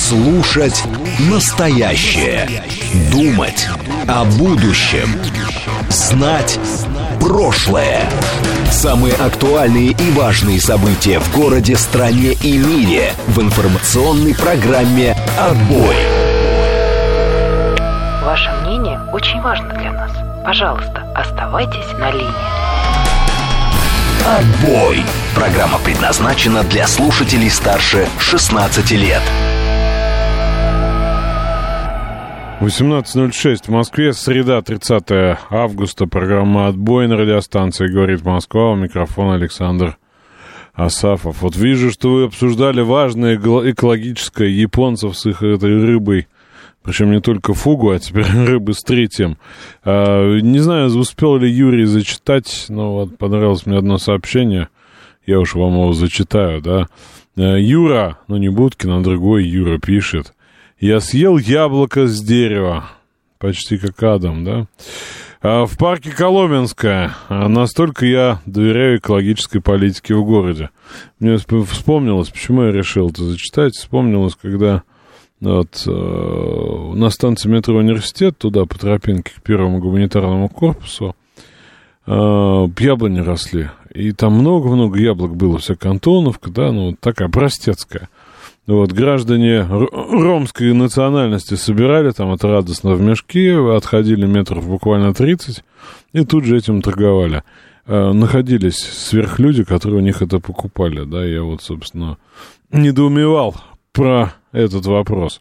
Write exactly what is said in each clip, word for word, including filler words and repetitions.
Слушать настоящее. Думать о будущем. Знать прошлое. Самые актуальные и важные события в городе, стране и мире в информационной программе «Отбой». Ваше мнение очень важно для нас. Пожалуйста, оставайтесь на линии. «Отбой». Программа предназначена для слушателей старше шестнадцати лет. восемнадцать ноль шесть в Москве, среда, тридцатое августа. Программа «Отбой» на радиостанции «Говорит Москва». У микрофона Александр Асафов. Вот вижу, что вы обсуждали важное экологическое японцев с их этой рыбой. Причем не только фугу, а теперь рыбы с третьим. А, не знаю, успел ли Юрий зачитать, но вот понравилось мне одно сообщение. Я уж вам его зачитаю, да. Юра, ну не Будкин, а другой Юра пишет. Я съел яблоко с дерева. Почти как Адам, да. А в парке Коломенское. Настолько я доверяю экологической политике в городе. Мне вспомнилось, почему я решил это зачитать. Вспомнилось, когда... Вот, э, на станции метро «Университет», туда по тропинке к первому гуманитарному корпусу, э, яблони росли. И там много-много яблок было, вся Антоновка, да, ну, вот такая простецкая. Вот, граждане р- ромской национальности собирали там это радостно в мешки, отходили метров буквально тридцать, и тут же этим торговали. Э, находились сверхлюди, которые у них это покупали, да, я вот, собственно, недоумевал про этот вопрос.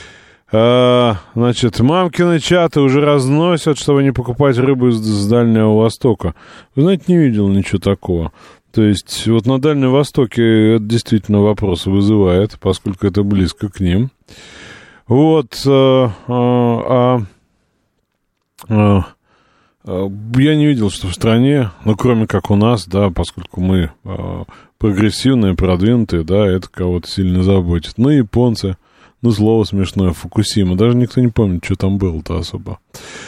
А, значит, мамкины чаты уже разносят, чтобы не покупать рыбу с, с Дальнего Востока. Вы знаете, не видел ничего такого. То есть, вот на Дальнем Востоке это действительно вопрос вызывает, поскольку это близко к ним. Вот, а, а, а, а, я не видел, что в стране, ну, кроме как у нас, да, поскольку мы... А, прогрессивные, продвинутые, да, это кого-то сильно заботит. Ну, японцы, ну, слово смешное, Фукусима. Даже никто не помнит, что там было-то особо.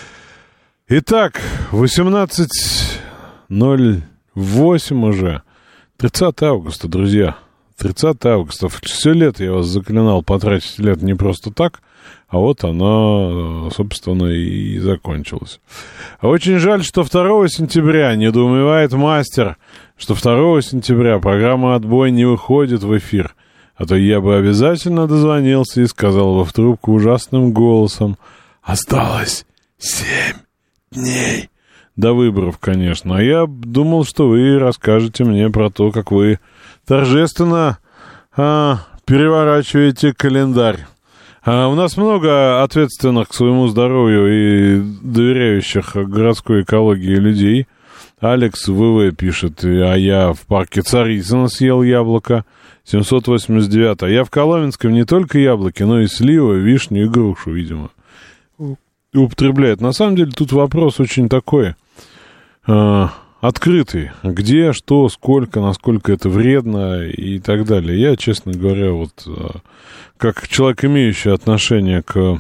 Итак, восемнадцать ноль восемь уже. тридцатое августа, друзья. тридцатое августа. Все лето я вас заклинал потратить лет не просто так, а вот оно, собственно, и закончилось. Очень жаль, что второго сентября недоумевает мастер, что второго сентября программа «Отбой» не выходит в эфир. А то я бы обязательно дозвонился и сказал бы в трубку ужасным голосом: «Осталось семь дней». До выборов, конечно. А я думал, что вы расскажете мне про то, как вы торжественно а, переворачиваете календарь. А у нас много ответственных к своему здоровью и доверяющих городской экологии людей. Алекс ВВ пишет: а я в парке Царицына съел яблоко. семьсот восемьдесят девять. А я в Коломенском не только яблоки, но и сливы, вишню и грушу, видимо, употребляет. На самом деле тут вопрос очень такой э, открытый. Где, что, сколько, насколько это вредно и так далее. Я, честно говоря, вот э, как человек, имеющий отношение к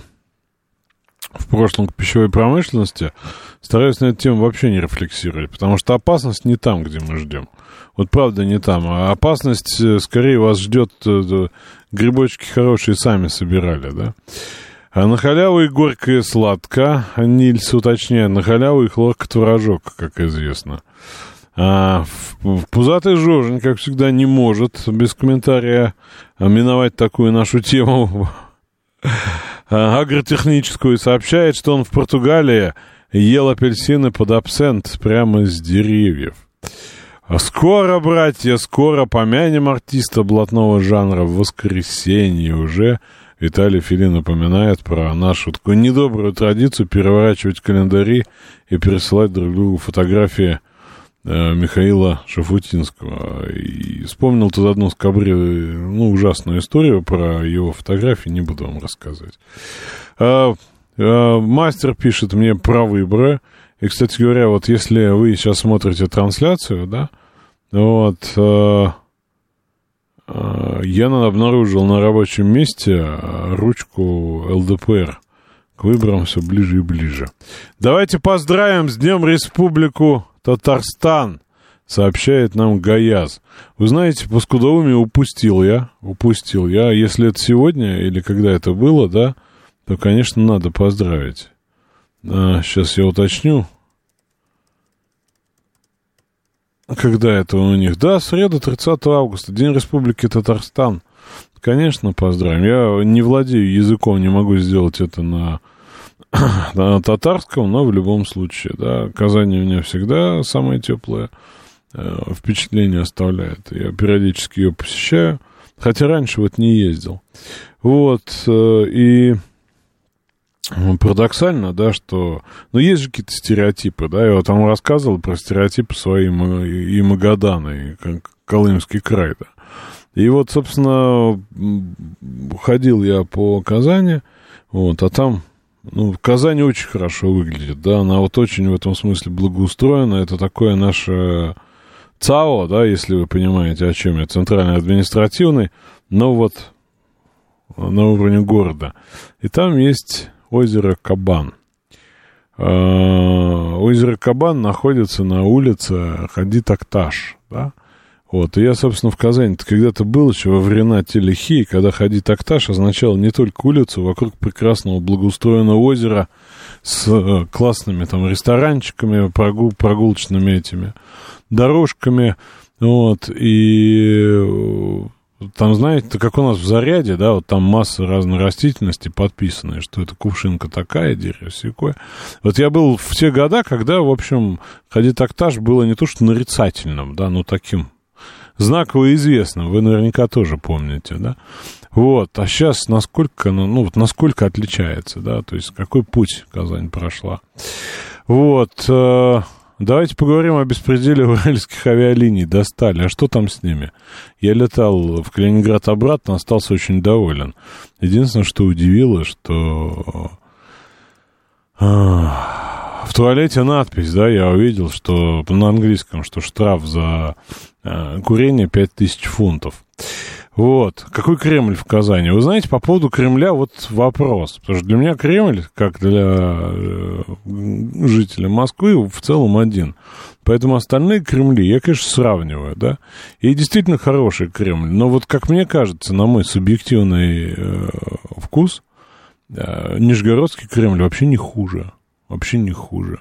в прошлом к пищевой промышленности, стараюсь на эту тему вообще не рефлексировать, потому что опасность не там, где мы ждем. Вот правда не там, а опасность скорее вас ждет, грибочки хорошие сами собирали, да. А на халяву и горько, и сладко, Нильс уточняет, на халяву и хлорка-творожок, как известно. А пузатый Жожин, как всегда, не может без комментария миновать такую нашу тему агротехническую, сообщает, что он в Португалии ел апельсины под абсент прямо с деревьев. Скоро, братья, скоро помянем артиста блатного жанра в воскресенье уже. Виталий Филин напоминает про нашу такую недобрую традицию переворачивать календари и пересылать друг другу фотографии э, Михаила Шафутинского. И вспомнил тут одну скабри, ну, ужасную историю про его фотографии, не буду вам рассказывать. А, а, мастер пишет мне про выборы. И, кстати говоря, вот если вы сейчас смотрите трансляцию, да, вот, э, э, я обнаружил на рабочем месте ручку эл дэ пэ эр. К выборам все ближе и ближе. Давайте поздравим с Днем Республику Татарстан. сообщает нам Гаяз. Вы знаете, по скудоумию упустил я, упустил я. Если это сегодня или когда это было, да, то, конечно, надо поздравить. А, сейчас я уточню. Когда это у них? Да, среда, тридцатого августа, День Республики Татарстан. Конечно, поздравим. Я не владею языком, не могу сделать это на, на татарском, но в любом случае, да, Казань у меня всегда самое теплое э, впечатление оставляет. Я периодически ее посещаю, хотя раньше вот не ездил. Вот, э, и парадоксально, да, что... Ну, есть же какие-то стереотипы, да, я вот там рассказывал про стереотипы свои и Магадана, и Колымский край, да. И вот, собственно, ходил я по Казани, вот, а там, ну, Казань очень хорошо выглядит, да, она вот очень в этом смысле благоустроена, это такое наше ЦАО, да, если вы понимаете, о чем я, центральный административный, но вот на уровне города. И там есть озеро Кабан. Озеро Кабан находится на улице Хади-Такташ, да. Вот, и я, собственно, в Казани-то когда-то был еще во времена Телехи, когда Хади-Такташ означало не только улицу вокруг прекрасного благоустроенного озера с э, классными там ресторанчиками, прогул, прогулочными этими дорожками, вот, и там, знаете, как у нас в Заряде, да, вот там масса разной растительности подписанной, что это кувшинка такая, дерево сякое. Вот я был в те года, когда, в общем, Хади-Такташ было не то что нарицательным, да, но таким знаково известным, вы наверняка тоже помните, да. Вот, а сейчас насколько, ну, ну вот насколько отличается, да, то есть какой путь Казань прошла. Вот, э, давайте поговорим о беспределе уральских авиалиний. Достали, а что там с ними? Я летал в Калининград обратно, остался очень доволен. Единственное, что удивило, что... Э, в туалете надпись, да, я увидел, что на английском, что штраф за э, курение пять тысяч фунтов. Вот. Какой Кремль в Казани? Вы знаете, по поводу Кремля вот вопрос. Потому что для меня Кремль, как для э, жителя Москвы, в целом один. Поэтому остальные Кремли я, конечно, сравниваю, да. И действительно хороший Кремль. Но вот, как мне кажется, на мой субъективный э, вкус, э, Нижегородский Кремль вообще не хуже. Вообще не хуже.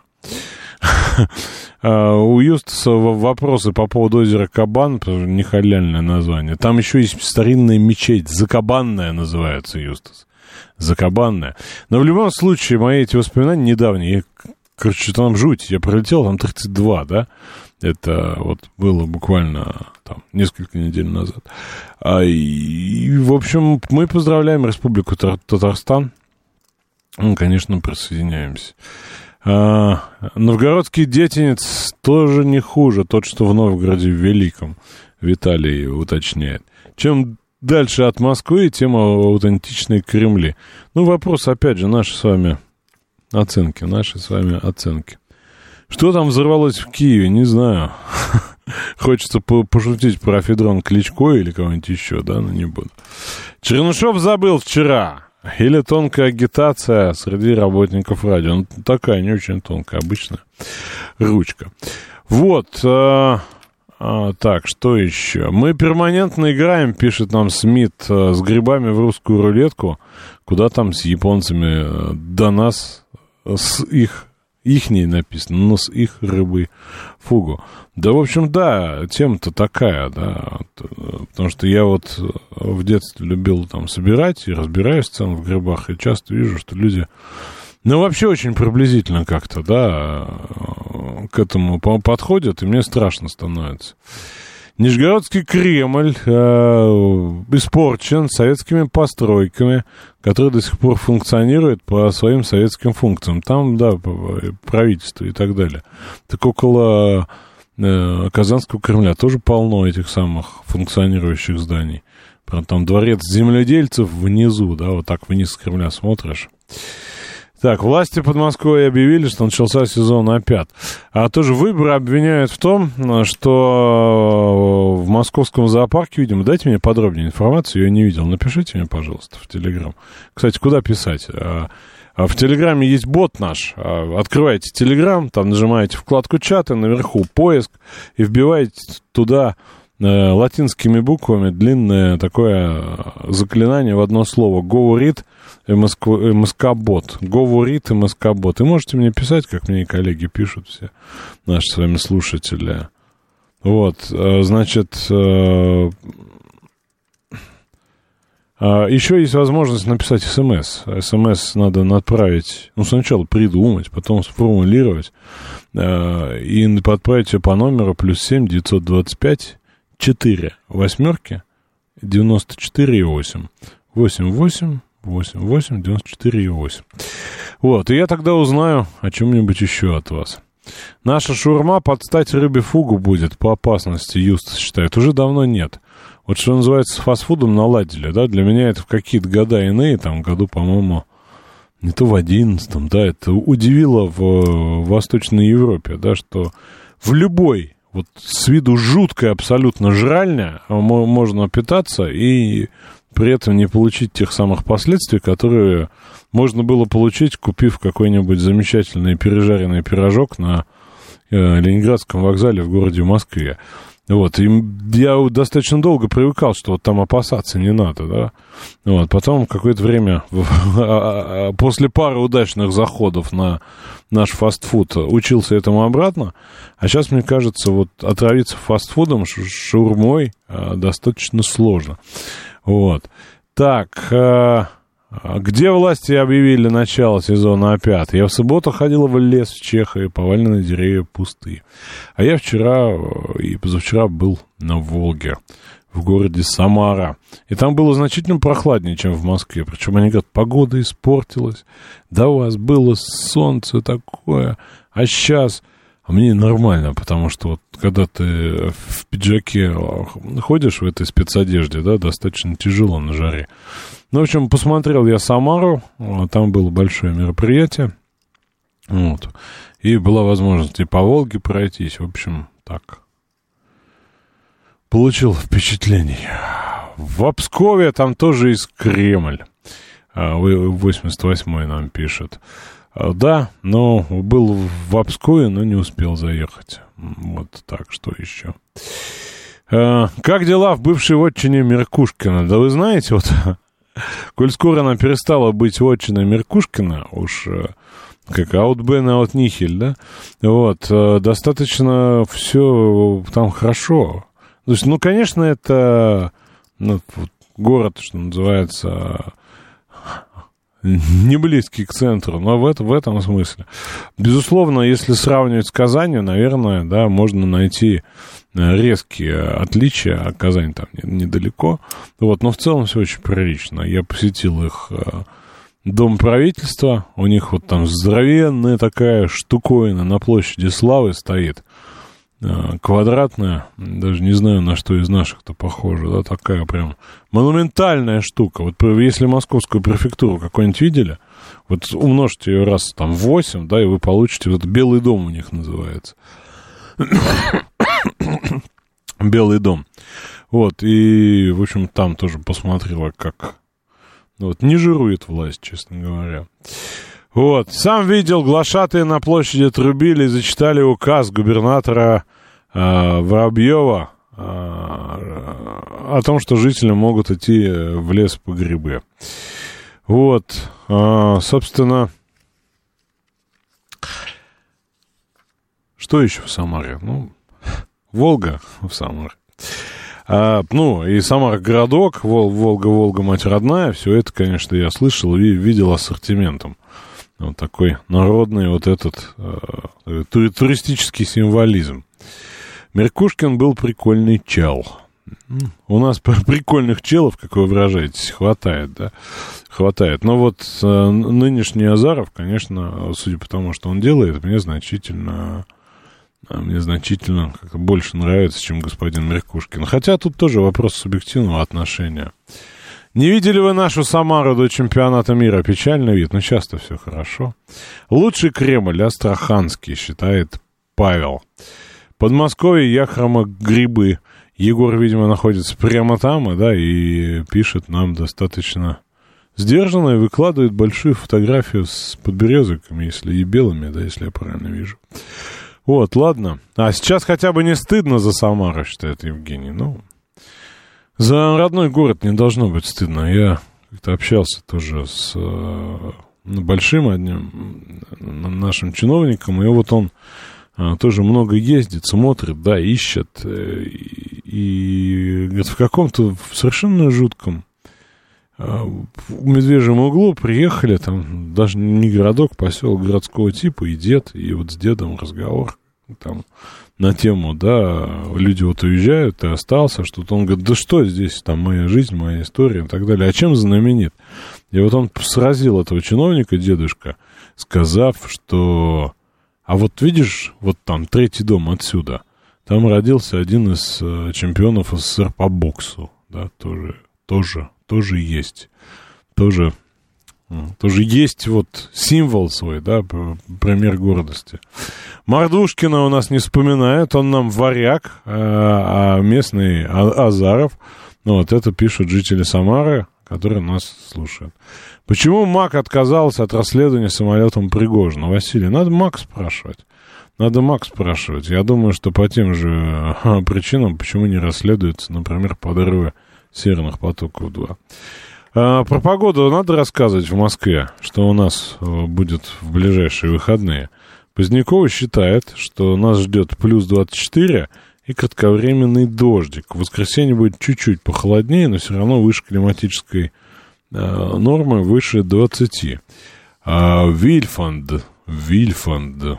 У Юстаса вопросы по поводу озера Кабан, потому что нехаляльное название. Там еще есть старинная мечеть, Закабанная называется, Юстас. Закабанная. Но в любом случае, мои эти воспоминания недавние. Я, короче, там жуть. Я пролетел, там тридцать два, да? Это вот было буквально там несколько недель назад. А, и, в общем, мы поздравляем Республику Татарстан. Ну, конечно, присоединяемся. А, новгородский детинец тоже не хуже. Тот, что в Новгороде Великом, Виталий уточняет. Чем дальше от Москвы, тем аутентичнее Кремли. Ну, вопрос, опять же, наши с вами оценки. Наши с вами оценки. Что там взорвалось в Киеве, не знаю. Хочется пошутить про Федрон Кличко или кого-нибудь еще, да, но не буду. Чернышов забыл вчера. Или тонкая агитация среди работников радио. Ну, такая, не очень тонкая, обычная ручка. Вот. А, а, так, что еще? Мы перманентно играем, пишет нам Смит, с грибами в русскую рулетку. Куда там с японцами? До нас с их... Ихней написано, но с их рыбой фугу. Да, в общем, да, тема-то такая, да, потому что я вот в детстве любил там собирать и разбираюсь в целом в грибах, и часто вижу, что люди, ну, вообще очень приблизительно как-то, да, к этому подходят, и мне страшно становится. Нижегородский Кремль э, испорчен советскими постройками, которые до сих пор функционируют по своим советским функциям. Там, да, правительство и так далее. Так около э, Казанского Кремля тоже полно этих самых функционирующих зданий. Там дворец земледельцев внизу, да, вот так вниз с Кремля смотришь. Так, власти Подмосковья объявили, что начался сезон опять. А тоже выборы обвиняют в том, что в московском зоопарке, видимо, дайте мне подробнее информацию, я не видел, напишите мне, пожалуйста, в Телеграм. Кстати, куда писать? В Телеграме есть бот наш. Открываете Телеграм, там нажимаете вкладку чата, наверху поиск, и вбиваете туда латинскими буквами длинное такое заклинание в одно слово. Говорит МСК-бот. Говорит МСК-бот. И можете мне писать, как мне и коллеги пишут все, наши с вами слушатели. Вот, значит, еще есть возможность написать СМС. СМС надо отправить, ну, сначала придумать, потом сформулировать и отправить ее по номеру плюс семь девятьсот двадцать пять четыре восьмерки девяносто четыре и восемь. восемь восемь восемь восемь девяносто четыре и восемь. Вот, и я тогда узнаю о чем-нибудь еще от вас. Наша шаурма под стать рыбе фугу будет по опасности, Юстас считает. Уже давно нет. Вот что называется, с фастфудом наладили, да, для меня это в какие-то года иные, там, году, по-моему, не то в одиннадцатом, да, это удивило в, в Восточной Европе, да, что в любой вот с виду жуткая абсолютно жральня можно питаться и при этом не получить тех самых последствий, которые можно было получить, купив какой-нибудь замечательный пережаренный пирожок на э, Ленинградском вокзале в городе Москве. Вот, и я достаточно долго привыкал, что вот там опасаться не надо, да. Вот, потом какое-то время, после пары удачных заходов на наш фастфуд, учился этому обратно, а сейчас, мне кажется, вот отравиться фастфудом, шаурмой достаточно сложно. Вот. Так, где власти объявили начало сезона опять? Я в субботу ходила в лес в Чехии, поваленные деревья пустые. А я вчера и позавчера был на Волге, в городе Самара. И там было значительно прохладнее, чем в Москве. Причем они говорят, погода испортилась. Да у вас было солнце такое. А сейчас... А мне нормально, потому что вот когда ты в пиджаке ходишь в этой спецодежде, да, достаточно тяжело на жаре. Ну, в общем, посмотрел я Самару, там было большое мероприятие, вот, и была возможность и по Волге пройтись, в общем, так. Получил впечатление. В Пскове там тоже есть Кремль, восемьдесят восьмой нам пишет. Да, но был в Пскове, но не успел заехать. Вот так, что еще. Как дела в бывшей вотчине Меркушкина? Да вы знаете, вот, коль скоро она перестала быть вотчиной Меркушкина, уж как аутбен, аутнихель, да, вот, достаточно все там хорошо. То есть, ну, конечно, это ну, город, что называется... не близкий к центру, но в, это, в этом смысле. Безусловно, если сравнивать с Казанью, наверное, да, можно найти резкие отличия, а Казань там недалеко. Вот, но в целом все очень прилично. Я посетил их дом правительства, у них вот там здоровенная такая штуковина на площади Славы стоит, квадратная, даже не знаю, на что из наших-то похоже, да, такая прям монументальная штука. Вот если московскую префектуру какую-нибудь видели, вот умножьте ее раз там в восемь, да, и вы получите, вот Белый дом у них называется. Белый дом. Вот, и, в общем, там тоже посмотрела, как... Вот, не жирует власть, честно говоря. Вот, сам видел, глашатые на площади трубили и зачитали указ губернатора э, Воробьева э, о том, что жители могут идти в лес по грибы. Вот, э, собственно, что еще в Самаре? Ну, Волга в Самаре. А, ну, и Самара городок, Вол, Волга, Волга, мать родная, все это, конечно, я слышал и видел ассортиментом. Вот такой народный вот этот э, туристический символизм. Меркушкин был прикольный чел. У нас прикольных челов, как вы выражаетесь, хватает, да? Хватает. Но вот э, нынешний Азаров, конечно, судя по тому, что он делает, мне значительно... Мне значительно как-то больше нравится, чем господин Меркушкин. Хотя тут тоже вопрос субъективного отношения. Не видели вы нашу Самару до чемпионата мира? Печальный вид, но часто все хорошо. Лучший Кремль астраханский, считает Павел. Подмосковье, Яхрома, грибы. Егор, видимо, находится прямо там, и, да, и пишет нам достаточно сдержанно и выкладывает большую фотографию с подберезовиками, если и белыми, да, если я правильно вижу. Вот, ладно. А сейчас хотя бы не стыдно за Самару, считает Евгений. Ну, за родной город не должно быть стыдно. Я как-то общался тоже с э, большим одним нашим чиновником, и вот он э, тоже много ездит, смотрит, да, ищет. Э, и, и говорит, в каком-то совершенно жутком э, в Медвежьем углу приехали, там даже не городок, поселок городского типа, и дед, и вот с дедом разговор там на тему, да, люди вот уезжают, ты остался, что-то. Он говорит, да что здесь, там, моя жизнь, моя история и так далее. А чем знаменит? И вот он сразил этого чиновника, дедушка, сказав, что, а вот видишь, вот там, третий дом отсюда, там родился один из э, чемпионов СССР по боксу, да, тоже, тоже, тоже есть, тоже, тоже есть вот символ свой, да, пример гордости. Мордушкина у нас не вспоминает, он нам варяг, а местный Азаров. Ну, вот это пишут жители Самары, которые нас слушают. Почему МАК отказался от расследования самолетом Пригожина? Василий, надо МАК спрашивать. Надо МАК спрашивать. Я думаю, что по тем же причинам, почему не расследуется, например, подрывы Северных потоков-два. А, про погоду надо рассказывать в Москве, что у нас будет в ближайшие выходные. Позднякова считает, что нас ждет плюс двадцать четыре и кратковременный дождик. В воскресенье будет чуть-чуть похолоднее, но все равно выше климатической э, нормы, выше двадцати. А, Вильфанд, Вильфанд,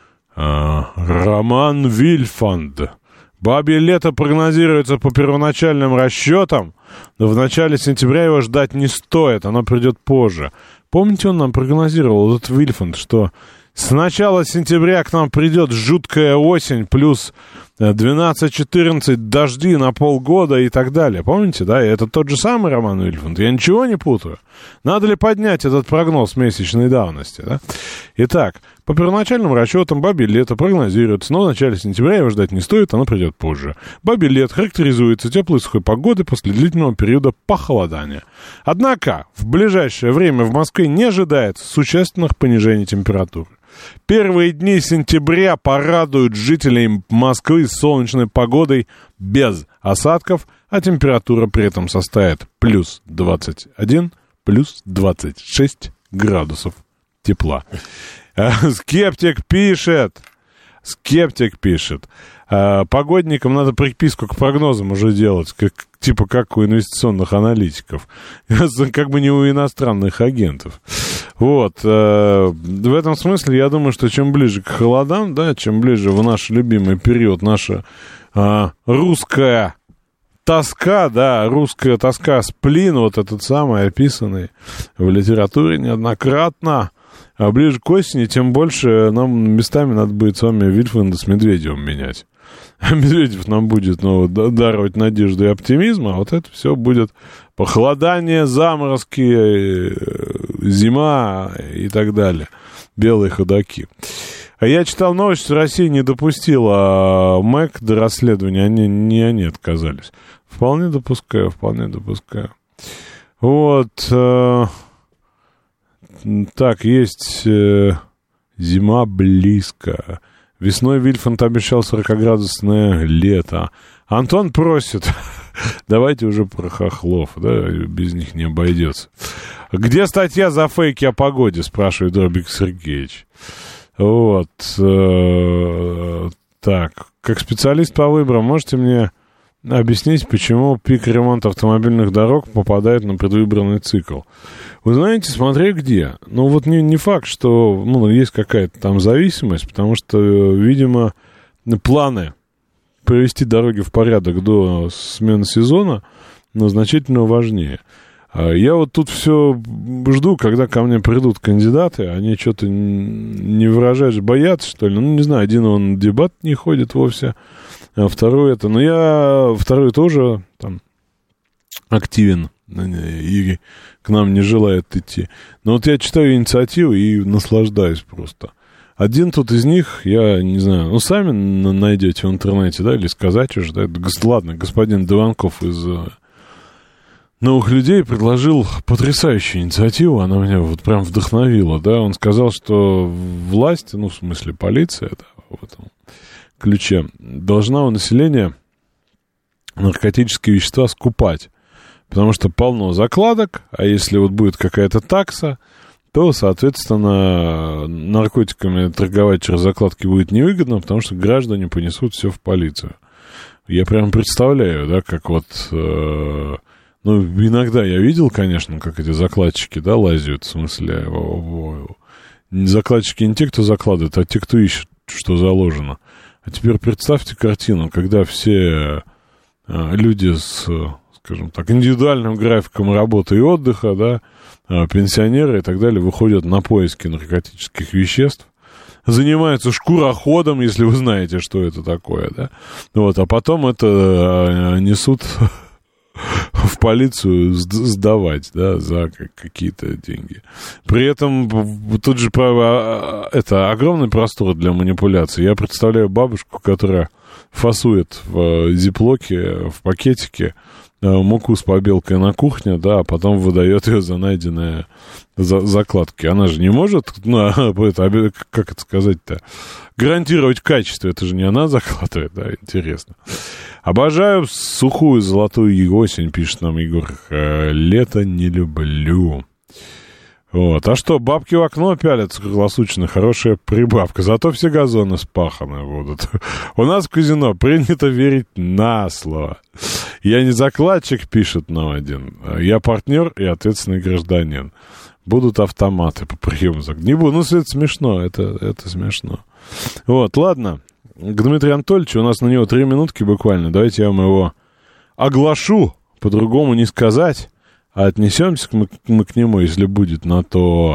а, Роман Вильфанд. Бабье лето прогнозируется по первоначальным расчетам, но в начале сентября его ждать не стоит, оно придет позже. Помните, он нам прогнозировал, этот Вильфанд, что с начала сентября к нам придет жуткая осень, плюс двенадцать-четырнадцать, дожди на полгода и так далее. Помните, да? И это тот же самый Роман Вильфанд. Я ничего не путаю. Надо ли поднять этот прогноз месячной давности, да? Итак, по первоначальным расчетам бабье лето прогнозируется, но в начале сентября его ждать не стоит, оно придет позже. Бабье лето характеризуется теплой сухой погодой после длительного периода похолодания. Однако в ближайшее время в Москве не ожидается существенных понижений температуры. Первые дни сентября порадуют жителей Москвы солнечной погодой без осадков, а температура при этом составит плюс двадцать один, плюс двадцать шесть градусов тепла. Скептик пишет, скептик пишет, погодникам надо приписку к прогнозам уже делать, как, типа как у инвестиционных аналитиков, как бы не у иностранных агентов. Вот, э, в этом смысле я думаю, что чем ближе к холодам, да, чем ближе в наш любимый период, наша э, русская тоска, да, русская тоска, сплин, вот этот самый, описанный в литературе неоднократно, а ближе к осени, тем больше нам местами надо будет с вами Вильфанда с Медведевым менять. Медведев нам будет ну, даровать надежду и оптимизм, а вот это все будет похолодание, заморозки, зима и так далее. Белые ходаки. А я читал новость, что Россия не допустила МЭК до расследования, они, не они отказались. Вполне допускаю, вполне допускаю. Вот. Э, так, есть э, зима близко. Весной Вильфанд обещал сорокаградусное лето. Антон просит, давайте уже про хохлов, да, без них не обойдется. Где статья за фейки о погоде, спрашивает Дробик Сергеевич. Вот. Э, так, как специалист по выборам, можете мне объяснить, почему пик ремонта автомобильных дорог попадает на предвыборный цикл? Вы знаете, смотря где. Ну, вот не, не факт, что ну, есть какая-то там зависимость, потому что, видимо, планы привести дороги в порядок до смены сезона ну, значительно важнее. Я вот тут все жду, когда ко мне придут кандидаты, они что-то не выражают, боятся, что ли. Ну, не знаю, один он дебат не ходит вовсе, а второй это... Ну, я второй тоже там активен и к нам не желает идти. Но вот я читаю инициативу и наслаждаюсь просто. Один тут из них, я не знаю, ну, сами найдете в интернете, да, или сказать уже, да, ладно, господин Дованков из «Новых людей» предложил потрясающую инициативу, она меня вот прям вдохновила, да, он сказал, что власть, ну, в смысле полиция, да, в этом ключе, должна у населения наркотические вещества скупать, потому что полно закладок, а если вот будет какая-то такса, то, соответственно, наркотиками торговать через закладки будет невыгодно, потому что граждане понесут все в полицию. Я прям представляю, да, как вот... Э, ну, иногда я видел, конечно, как эти закладчики, да, лазят, в смысле... Закладчики не те, кто закладывает, а те, кто ищет, что заложено. А теперь представьте картину, когда все э, люди с... скажем так, индивидуальным графиком работы и отдыха, да, пенсионеры и так далее выходят на поиски наркотических веществ, занимаются шкуроходом, если вы знаете, что это такое, да, вот, а потом это несут в полицию сдавать, да, за какие-то деньги. При этом тут же это огромный простор для манипуляций. Я представляю бабушку, которая фасует в зиплоке, в пакетике муку с побелкой на кухне, да, а потом выдает ее за найденные за, закладки. Она же не может, ну, это, как это сказать-то, гарантировать качество. Это же не она закладывает, да, интересно. Обожаю сухую золотую осень, пишет нам Егор. Лето не люблю. Вот. А что, бабки в окно пялятся круглосуточно, хорошая прибавка. Зато все газоны спаханы будут. У нас в казино принято верить на слово. Я не закладчик, пишет нам один. Я партнер и ответственный гражданин. Будут автоматы по приему. Не буду. Ну, это смешно. Это, это смешно. Вот, ладно. К Дмитрию Анатольевичу. У нас на него три минутки буквально. Давайте я вам его оглашу. По-другому не сказать. А отнесемся мы, мы к нему, если будет на то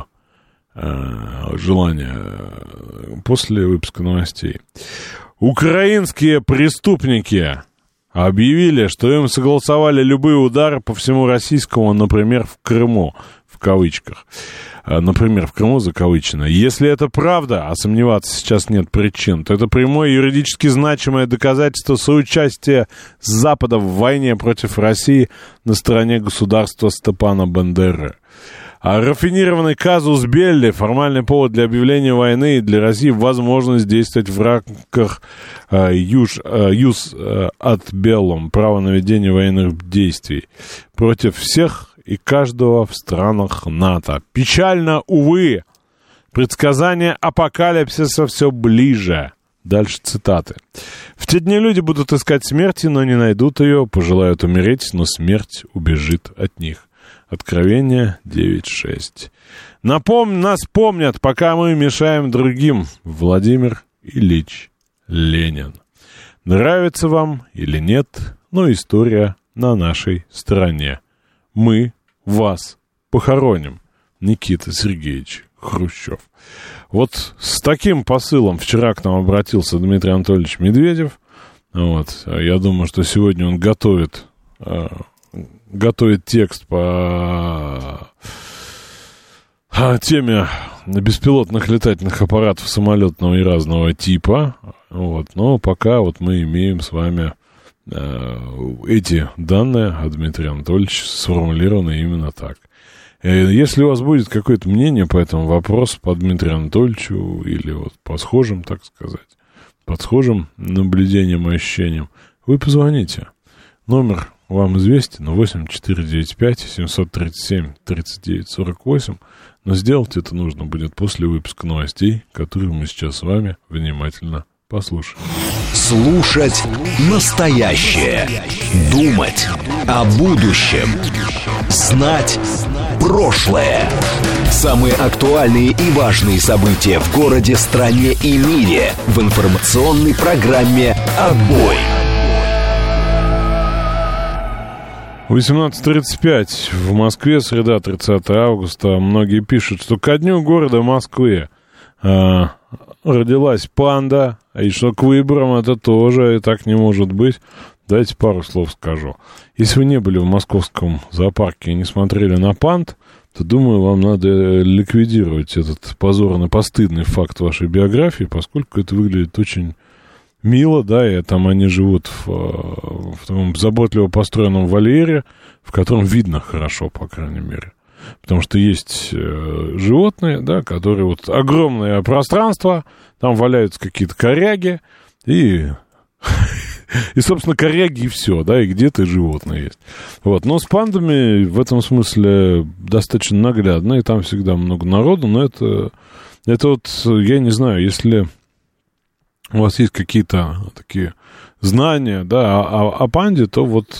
э, желание, после выпуска новостей. Украинские преступники объявили, что им согласовали любые удары по всему российскому, например, в Крыму, в кавычках. Например, в Крыму закавычено. Если это правда, а сомневаться сейчас нет причин, то это прямое юридически значимое доказательство соучастия Запада в войне против России на стороне государства Степана Бандеры. А рафинированный казус Белли — формальный повод для объявления войны и для России возможность действовать в рамках э, юж, э, юз э, от Беллум, право на ведение военных действий против всех и каждого в странах НАТО. Печально, увы, предсказание апокалипсиса все ближе. Дальше цитаты. «В те дни люди будут искать смерти, но не найдут ее, пожелают умереть, но смерть убежит от них». Откровение девять шесть. Напом... Нас помнят, пока мы мешаем другим. Владимир Ильич Ленин. Нравится вам или нет, но история на нашей стороне. Мы вас похороним. Никита Сергеевич Хрущев. Вот с таким посылом вчера к нам обратился Дмитрий Анатольевич Медведев. Вот. Я думаю, что сегодня он готовит, э, готовит текст по теме беспилотных летательных аппаратов самолетного и разного типа. Вот. Но пока вот мы имеем с вами эти данные, а Дмитрий Анатольевич сформулированы именно так. Если у вас будет какое-то мнение по этому вопросу, по Дмитрию Анатольевичу, или вот по схожим, так сказать, под схожим наблюдением и ощущением, вы позвоните. Номер вам известен, восемь четыре девять пять семь три семь тридцать девять сорок восемь, но сделать это нужно будет после выпуска новостей, которые мы сейчас с вами внимательно послушаем. Слушать настоящее. Думать о будущем. Знать прошлое. Самые актуальные и важные события в городе, стране и мире в информационной программе «Отбой». восемнадцать тридцать пять в Москве, среда, тридцатое августа. Многие пишут, что ко дню города Москвы а, родилась панда, и что к выборам это тоже и так не может быть. давайте пару слов скажу. Если вы не были в московском зоопарке и не смотрели на панд, то, думаю, вам надо ликвидировать этот позорно-постыдный факт вашей биографии, поскольку это выглядит очень мило, да, и там они живут в, в таком заботливо построенном вольере, в котором видно хорошо, по крайней мере. Потому что есть э, животные, да, которые вот огромное пространство, там валяются какие-то коряги, и, и, собственно, коряги и все, да, и где-то животные есть. Вот. Но с пандами в этом смысле достаточно наглядно, и там всегда много народу, но это, это вот, я не знаю, если у вас есть какие-то такие знания, да, о, о панде, то вот...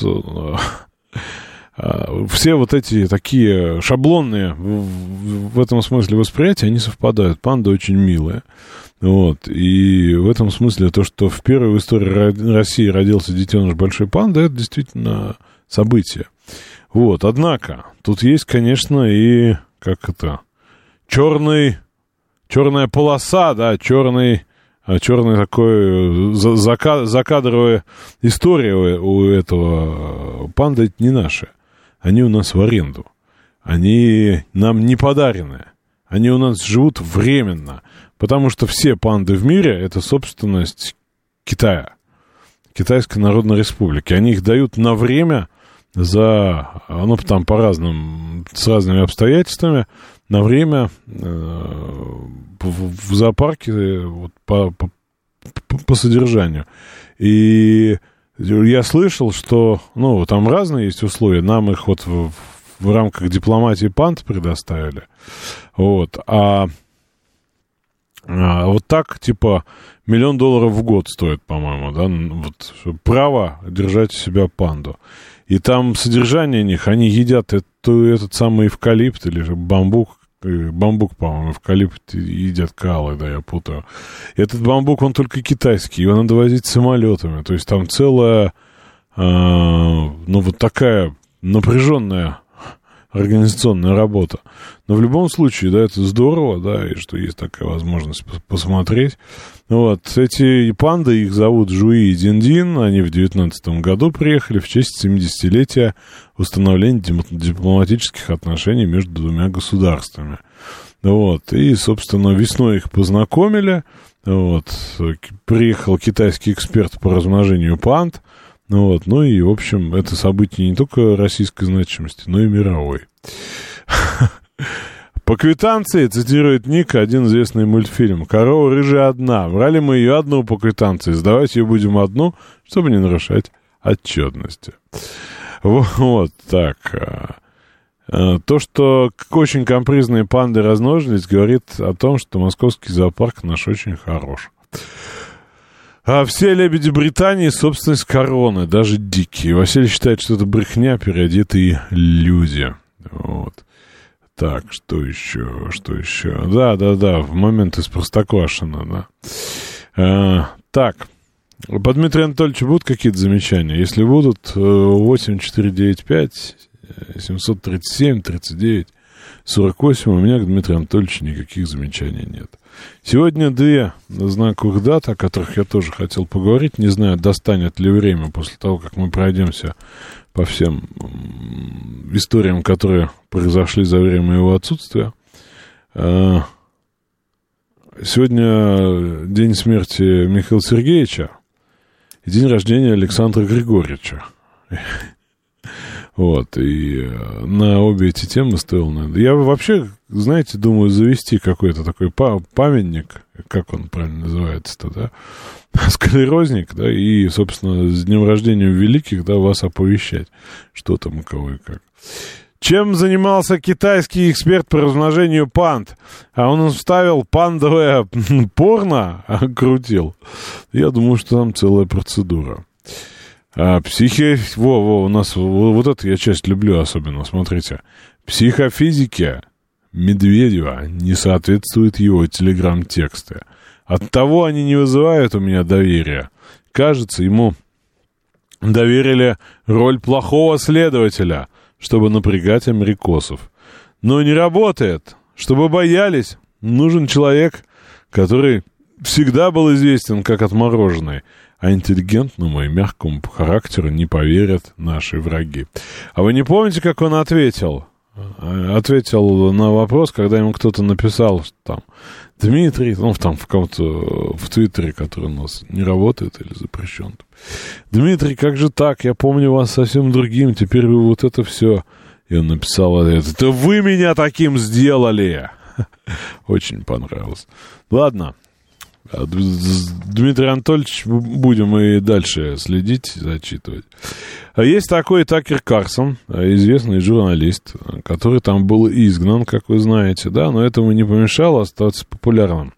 Все вот эти такие шаблонные в, в этом смысле восприятия, они совпадают. Панды очень милые. Вот. И в этом смысле то, что впервые в истории России родился детеныш большой панды, это действительно событие. Вот. Однако, тут есть, конечно, и, как это, черный, черная полоса, да, черный, черный такой закадровая история у этого панды, это не наши. Они у нас в аренду. Они нам не подарены. Они у нас живут временно. Потому что все панды в мире — это собственность Китая. Китайской Народной Республики. Они их дают на время за... Ну, там по разным... С разными обстоятельствами. На время э, в, в зоопарке вот, по, по, по содержанию. И... Я слышал, что, ну, там разные есть условия, нам их вот в, в рамках дипломатии панд предоставили, вот, а, а вот так, типа, миллион долларов в год стоит, по-моему, да, вот, право держать у себя панду, и там содержание них, они едят эту, этот самый эвкалипт или же бамбук, бамбук, по-моему, эвкалипт едят коалы, да, я путаю. Этот бамбук, он только китайский, его надо возить самолетами, то есть там целая, э, ну, вот такая напряженная организационная работа. Но в любом случае, да, это здорово, да, и что есть такая возможность посмотреть. Вот, эти панды, их зовут Жуи и Дин-Дин, они в девятнадцатом году приехали в честь семидесятилетия установления дипломатических отношений между двумя государствами. Вот, и, собственно, весной их познакомили, вот, приехал китайский эксперт по размножению панд, вот, ну и, в общем, это событие не только российской значимости, но и мировой. По квитанции, цитирует Ник, один известный мультфильм. «Корова рыжая одна. Брали мы ее одну по квитанции. Сдавать ее будем одну, чтобы не нарушать отчетности». Вот так. То, что очень капризные панды размножились, говорит о том, что московский зоопарк наш очень хорош. А все лебеди Британии — собственность короны, даже дикие. Василий считает, что это брехня, переодетые люди. Вот. Так, что еще, что еще? Да, да, да, в момент из Простоквашино, да. А, так, по Дмитрию Анатольевичу будут какие-то замечания? Если будут, восемь четыре девять пять семьсот тридцать семь тридцать девять сорок восемь, у меня к Дмитрию Анатольевичу никаких замечаний нет. Сегодня две знаковых даты, о которых я тоже хотел поговорить. Не знаю, достанет ли время после того, как мы пройдемся по всем историям, которые произошли за время его отсутствия. Сегодня день смерти Михаила Сергеевича и день рождения Александра Григорьевича. Вот, и на обе эти темы стоило, наверное. Я вообще, знаете, думаю, завести какой-то такой памятник, как он правильно называется-то, да, склерозник, да, и, собственно, с днем рождения великих, да, вас оповещать, что там у кого и как. Чем занимался китайский эксперт по размножению панд? А он вставил пандовое порно, крутил. Я думаю, что там целая процедура. А психи... Во, во, у нас... Вот эту я часть люблю особенно, смотрите. Психофизике Медведева не соответствуют его телеграм-тексты. Оттого они не вызывают у меня доверия. Кажется, ему доверили роль плохого следователя, чтобы напрягать америкосов. Но не работает. Чтобы боялись, нужен человек, который всегда был известен как отмороженный. а интеллигентному и мягкому по характеру не поверят наши враги. А вы не помните, как он ответил? Ответил на вопрос, когда ему кто-то написал, что там Дмитрий, ну, там в каком-то, в Твиттере, который у нас не работает или запрещен. Дмитрий, как же так? Я помню вас совсем другим, теперь вы вот это все. И он написал это. Это вы меня таким сделали! Очень понравилось. Ладно. Дмитрий Анатольевич, будем и дальше следить, зачитывать. А есть такой Такер Карлсон, известный журналист, который там был изгнан, как вы знаете, да, но этому не помешало остаться популярным.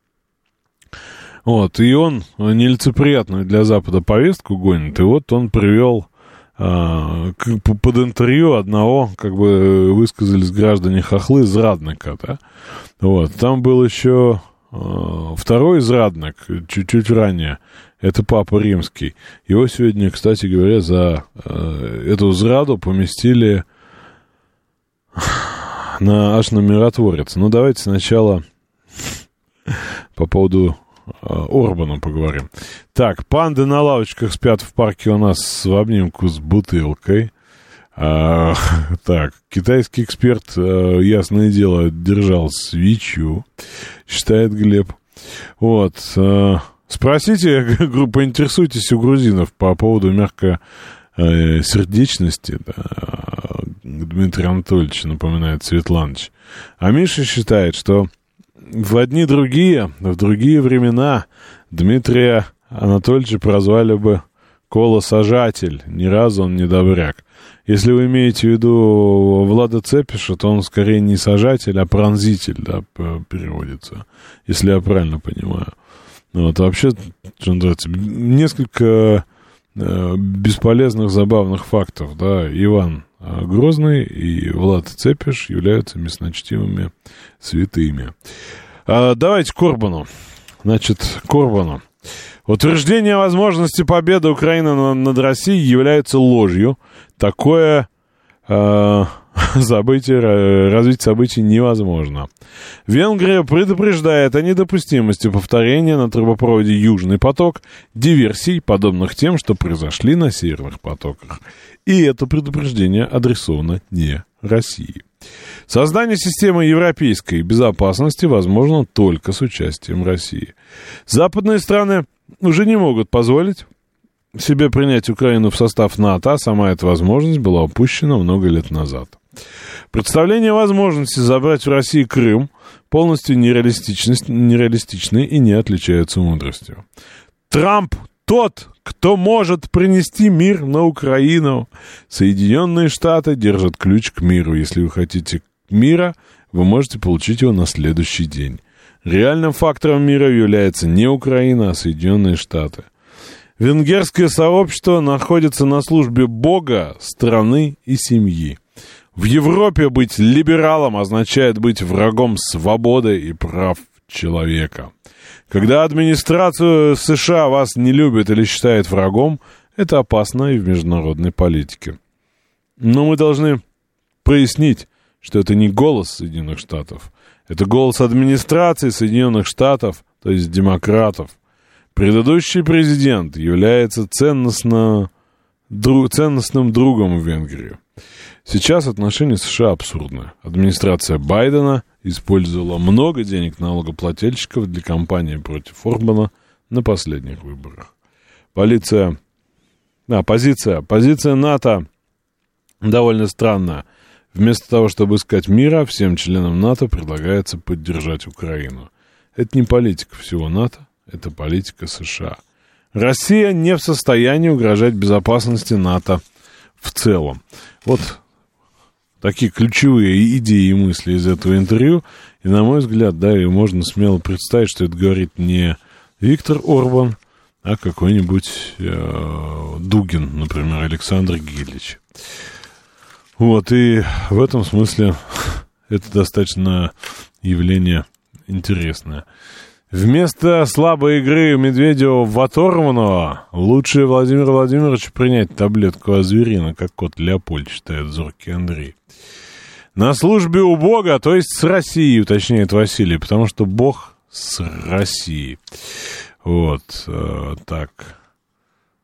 Вот, и он нелицеприятную для Запада повестку гонит, и вот он привел а, к, под интервью одного, как бы высказались граждане хохлы, зрадника, да. Вот, там был еще... Второй зрадник, чуть-чуть ранее, это Папа Римский. Его сегодня, кстати говоря, за э, эту зраду поместили на, аж на миротворец. Ну, давайте сначала по поводу э, Орбана поговорим. Так, панды на лавочках спят в парке у нас в обнимку с бутылкой. А, так, китайский эксперт, а, ясное дело, держал свечу, считает Глеб. Вот, а, спросите, поинтересуйтесь у грузинов по поводу мягкой а, сердечности, да, Дмитрия Анатольевича, напоминает Светланыч. А Миша считает, что в одни другие, в другие времена Дмитрия Анатольевича прозвали бы колосажатель, ни разу он не добряк. Если вы имеете в виду Влада Цепиша, то он скорее не сажатель, а пронзитель, да, переводится, если я правильно понимаю. Вот, а вообще, что нравится, несколько э, бесполезных, забавных фактов, да, Иван Грозный и Влад Цепиш являются мясночтимыми святыми. А, давайте к Орбану. Значит, к Орбану. Утверждение возможности победы Украины над Россией является ложью. Такое э, событие, развитие событий невозможно. Венгрия предупреждает о недопустимости повторения на трубопроводе «Южный поток» диверсий, подобных тем, что произошли на северных потоках. И это предупреждение адресовано не России. Создание системы европейской безопасности возможно только с участием России. Западные страны уже не могут позволить себе принять Украину в состав НАТО, а сама эта возможность была упущена много лет назад. Представление о возможности забрать в России Крым полностью нереалистичны и не отличаются мудростью. Трамп тот, кто может принести мир на Украину. Соединенные Штаты держат ключ к миру. Если вы хотите мира, вы можете получить его на следующий день. Реальным фактором мира является не Украина, а Соединенные Штаты. Венгерское сообщество находится на службе Бога, страны и семьи. В Европе быть либералом означает быть врагом свободы и прав человека. Когда администрация США вас не любит или считает врагом, это опасно и в международной политике. Но мы должны прояснить, что это не голос Соединенных Штатов. Это голос администрации Соединенных Штатов, то есть демократов. Предыдущий президент является ценностно, дру, ценностным другом в Венгрии. Сейчас отношения США абсурдны. Администрация Байдена использовала много денег налогоплательщиков для кампании против Орбана на последних выборах. Полиция, а, позиция, позиция НАТО довольно странная. Вместо того, чтобы искать мира, всем членам НАТО предлагается поддержать Украину. Это не политика всего НАТО, это политика США. Россия не в состоянии угрожать безопасности НАТО в целом. Вот такие ключевые идеи и мысли из этого интервью. И, на мой взгляд, да, и можно смело представить, что это говорит не Виктор Орбан, а какой-нибудь э, Дугин, например, Александр Гилич. Вот, и в этом смысле это достаточно явление интересное. Вместо слабой игры Медведева в оторванного лучше Владимиру Владимировичу принять таблетку азверина, как кот Леопольд, считает зоркий Андрей. На службе у Бога, то есть с Россией, уточняет Василий, потому что Бог с Россией. Вот, э, так.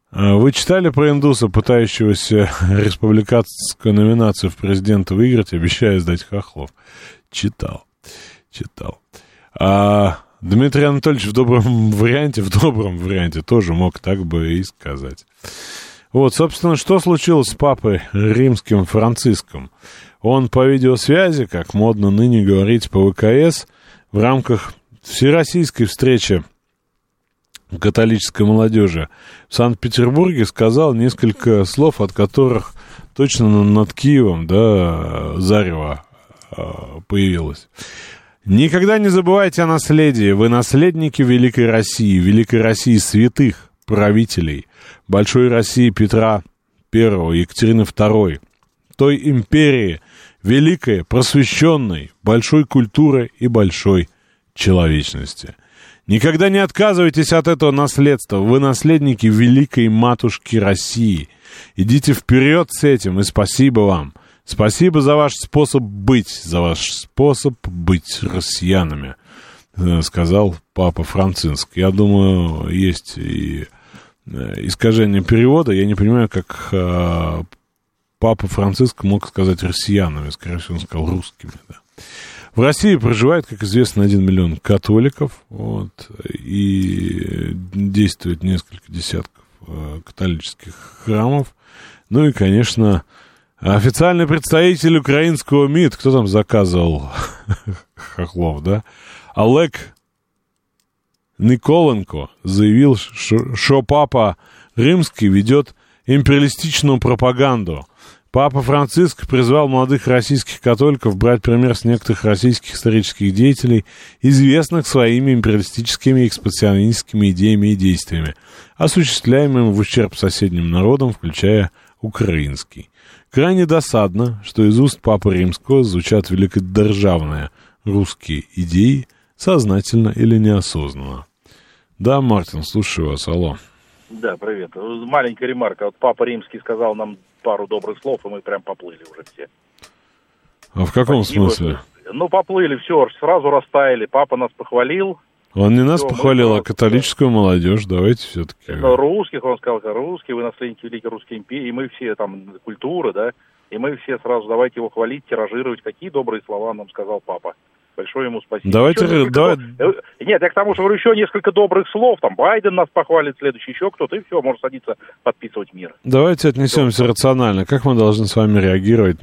Вы читали про индуса, пытающегося республиканскую номинацию в президенты выиграть, обещая сдать хохлов? Читал, читал. А Дмитрий Анатольевич в добром варианте, в добром варианте тоже мог так бы и сказать. Вот, собственно, что случилось с папой римским Франциском? Он по видеосвязи, как модно ныне говорить по ВКС, в рамках всероссийской встречи католической молодежи в Санкт-Петербурге сказал несколько слов, от которых точно над Киевом, да, зарево появилось. Никогда не забывайте о наследии. Вы наследники Великой России, Великой России святых правителей, Большой России Петра Первого, Екатерины Второй, той империи великой, просвещенной, большой культуры и большой человечности. Никогда не отказывайтесь от этого наследства. Вы наследники великой матушки России. Идите вперед с этим, и спасибо вам. Спасибо за ваш способ быть, за ваш способ быть россиянами, сказал папа Франциск. Я думаю, есть и искажение перевода. Я не понимаю, как э, папа Франциск мог сказать россиянами. Скорее всего, он сказал русскими, да. В России проживает, как известно, один миллион католиков, вот, и действует несколько десятков э, католических храмов. Ну и, конечно, официальный представитель украинского МИД, кто там заказывал хохлов, да, Олег Николенко заявил, что папа римский ведет империалистичную пропаганду. Папа Франциск призвал молодых российских католиков брать пример с некоторых российских исторических деятелей, известных своими империалистическими и экспансионистскими идеями и действиями, осуществляемыми в ущерб соседним народам, включая украинский. Крайне досадно, что из уст Папы Римского звучат великодержавные русские идеи, сознательно или неосознанно. Да, Мартин, слушаю вас, алло. Да, привет. Маленькая ремарка. Вот Папа Римский сказал нам пару добрых слов, и мы прям поплыли уже все. А в каком Спасибо. смысле? Ну, поплыли, все, сразу растаяли. Папа нас похвалил. Он не нас все, похвалил, мы... а католическую молодежь. Давайте все-таки... Но русских, он сказал, русские, вы наследники Великой Русской империи, и мы все там, культура, да, и мы все сразу давайте его хвалить, тиражировать. Какие добрые слова нам сказал папа. Большое ему спасибо. Давайте... Давай... Доб... Нет, я к тому, что говорю, еще несколько добрых слов, там, Байден нас похвалит, следующий еще кто-то, и все, может садиться подписывать мир. Давайте отнесемся рационально. Как мы должны с вами реагировать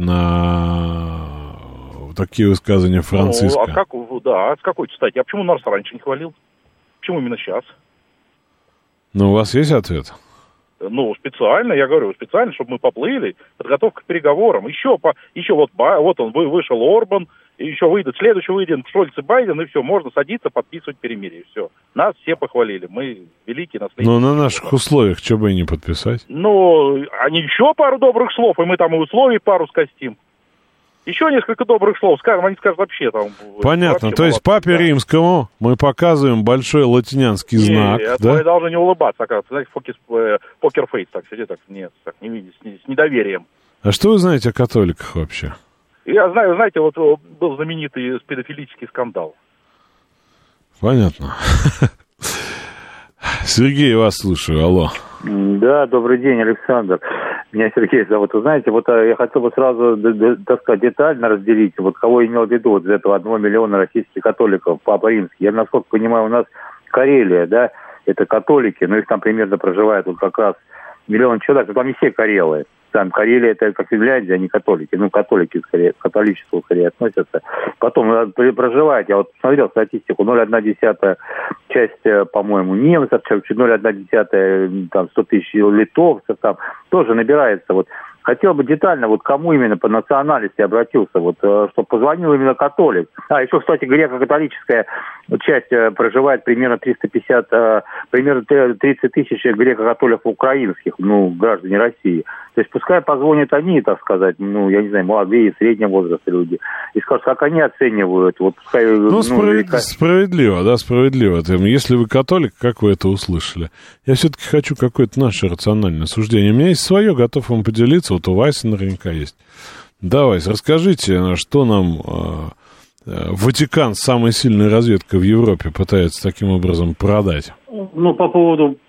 на такие высказывания Франциска? Ну, а как, да, а с какой стати? А почему нас раньше не хвалил? Почему именно сейчас? Ну, у вас есть ответ? Ну, специально, я говорю, специально, чтобы мы поплыли, подготовка к переговорам. Еще, по, еще вот, вот он, вышел Орбан, и еще выйдет, следующий выйдет Шольц и Байден, и все, можно садиться, подписывать перемирие, все. Нас все похвалили, мы великие наследники. Ну, на наших условиях, что бы и не подписать. Ну, они еще пару добрых слов, и мы там и условий пару скостим. Еще несколько добрых слов скажем, они скажут вообще там... Понятно, вообще то есть папе да. Римскому мы показываем большой латинянский не, знак, это да? Вы должны не улыбаться, оказывается, знаете, фокус, э, покерфейс, так сидит, так, нет, так, не видите, с, с недоверием. А что вы знаете о католиках вообще? Я знаю, знаете, вот был знаменитый педофилический скандал. Понятно. Сергей, вас слушаю, алло. Да, добрый день, Александр. Меня Сергей зовут. Вы знаете, вот я хотел бы сразу, так сказать, детально разделить, вот кого имел в виду вот из этого одного миллиона российских католиков, Папа Римский. Я, насколько понимаю, у нас Карелия, да, это католики, но их там примерно проживает вот как раз миллион человек, но там не все карелы. Там Карелия это как Финляндия, а не католики. Ну, католики скорее, к католичеству скорее относятся. Потом проживает, я вот смотрел статистику, ноль целых одна десятая часть, по-моему, немцев, ноль целых одна десятая, там, сто тысяч литовцев, там, тоже набирается. Вот хотел бы детально, вот кому именно по национальности обратился, вот, чтобы позвонил именно католик. А, еще, кстати, греко-католическая часть проживает примерно триста пятьдесят, примерно тридцать тысяч греко-католиков украинских, ну, граждане России. То есть пускай позвонят они, так сказать, ну, я не знаю, молодые, среднего возраста люди, и скажут, как они оценивают. Вот пускай, ну, ну справед... велика... справедливо, да, справедливо. Если вы католик, как вы это услышали? Я все-таки хочу какое-то наше рациональное суждение. У меня есть свое, готов вам поделиться. Вот у Вайса наверняка есть. Давай, расскажите, что нам э, э, Ватикан, самая сильная разведка в Европе, пытается таким образом продать. Ну, по поводу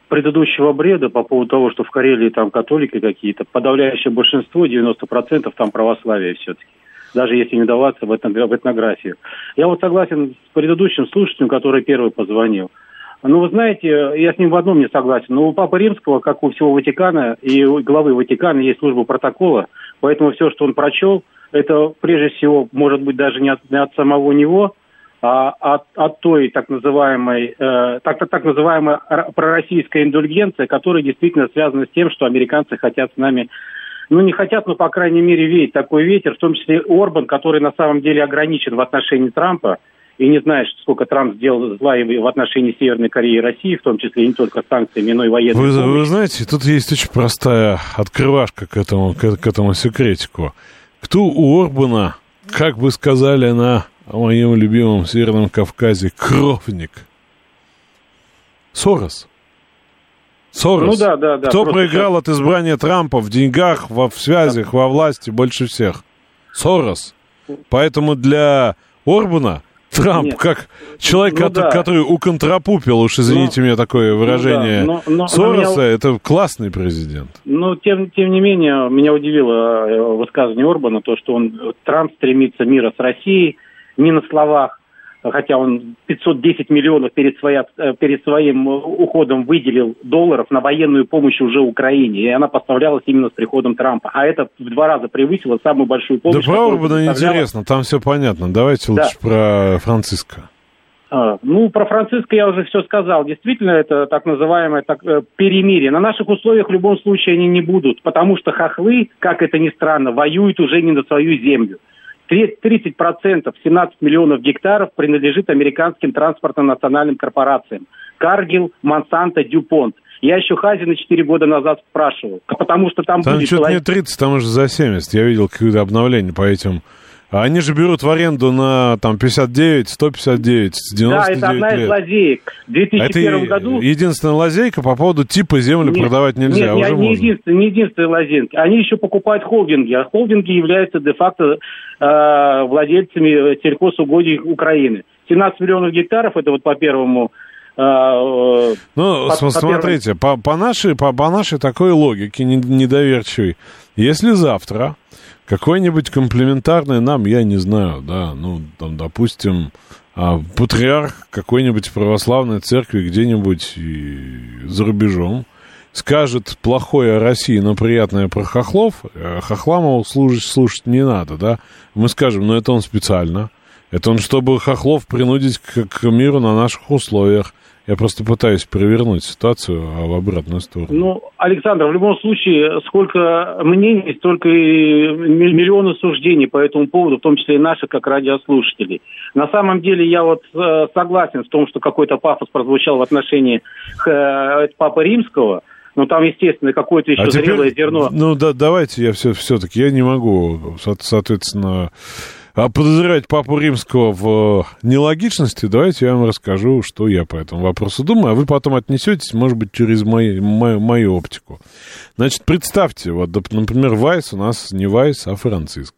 предыдущего бреда по поводу того, что в Карелии там католики какие-то, подавляющее большинство, девяносто процентов там православие все-таки, даже если не даваться в, этно, в этнографию. Я вот согласен с предыдущим слушателем, который первый позвонил. Ну, вы знаете, я с ним в одном не согласен. Но у Папы Римского, как у всего Ватикана и у главы Ватикана, есть служба протокола, поэтому все, что он прочел, это прежде всего, может быть, даже не от, не от самого него, а от, от той так называемой, э, так, так называемой пророссийской индульгенции, которая действительно связана с тем, что американцы хотят с нами, ну не хотят, но по крайней мере веять такой ветер, в том числе Орбан, который на самом деле ограничен в отношении Трампа и не знает, сколько Трамп сделал зла и в отношении Северной Кореи и России, в том числе и не только санкциями, но и военной вы, помощи. Вы знаете, тут есть очень простая открывашка к этому, к, к этому секретику. Кто у Орбана, как бы сказали на моем любимом Северном Кавказе, кровник? Сорос. Сорос. Ну да, да, да. Кто проиграл сейчас... от избрания Трампа в деньгах, во, в связях, да. во власти больше всех? Сорос. Поэтому для Орбана Трамп, Нет. как человек, ну, да. который уконтрапупил, уж извините но, меня такое выражение, ну, да. но, но, Сороса, меня... это классный президент. Но тем, тем не менее, меня удивило высказывание Орбана, то, что он, Трамп стремится мира с Россией, не на словах, хотя он пятьсот десять миллионов перед, своя, перед своим уходом выделил долларов на военную помощь уже Украине, и она поставлялась именно с приходом Трампа. А это в два раза превысило самую большую помощь. Да про Орбана неинтересно, там все понятно. Давайте да. лучше про Франциска. А, ну, про Франциска я уже все сказал. Действительно, это так называемое так, перемирие. На наших условиях в любом случае они не будут, потому что хохлы, как это ни странно, воюют уже не на свою землю. тридцать процентов, семнадцать миллионов гектаров принадлежит американским транспортно-национальным корпорациям. Каргил, Монсанто, Дюпонт. Я еще Хазина четыре года назад спрашивал, потому что там... Там были что-то человек... не тридцать, там уже за семьдесят. Я видел какое-то обновление по этим... Они же берут в аренду на там пятьдесят девять, сто пятьдесят девять, девяносто девять Да, это одна лет. из лазеек. В две тысячи первом это году... единственная лазейка по поводу типа земли нет, продавать нельзя. Нет, уже не, единственная, не единственная лазейка. Они еще покупают холдинги, а холдинги являются де-факто э, владельцами сельхозугодий Украины. семнадцать миллионов гектаров, это вот по первому... Ну, по, смотрите, по, по, нашей, по, по нашей такой логике недоверчивой, если завтра какой-нибудь комплементарный нам, я не знаю, да, ну, там, допустим, патриарх какой-нибудь православной церкви где-нибудь за рубежом скажет плохое о России, но приятное про хохлов, хохлам его слушать, слушать не надо, да, мы скажем, ну, это он специально, это он, чтобы хохлов принудить к, к миру на наших условиях. Я просто пытаюсь перевернуть ситуацию в обратную сторону. Ну, Александр, в любом случае, сколько мнений, столько и миллионы суждений по этому поводу, в том числе и наших, как радиослушателей. На самом деле, я вот э, согласен в том, что какой-то пафос прозвучал в отношении э, Папы Римского, но там, естественно, какое-то еще а зрелое теперь, зерно. Ну, да, давайте я все, все-таки, я не могу, соответственно... А подозревать Папу Римского в нелогичности, давайте я вам расскажу, что я по этому вопросу думаю, а вы потом отнесетесь, может быть, через мою, мою, мою оптику. Значит, представьте, вот, например, Вайс у нас не Вайс, а Франциск.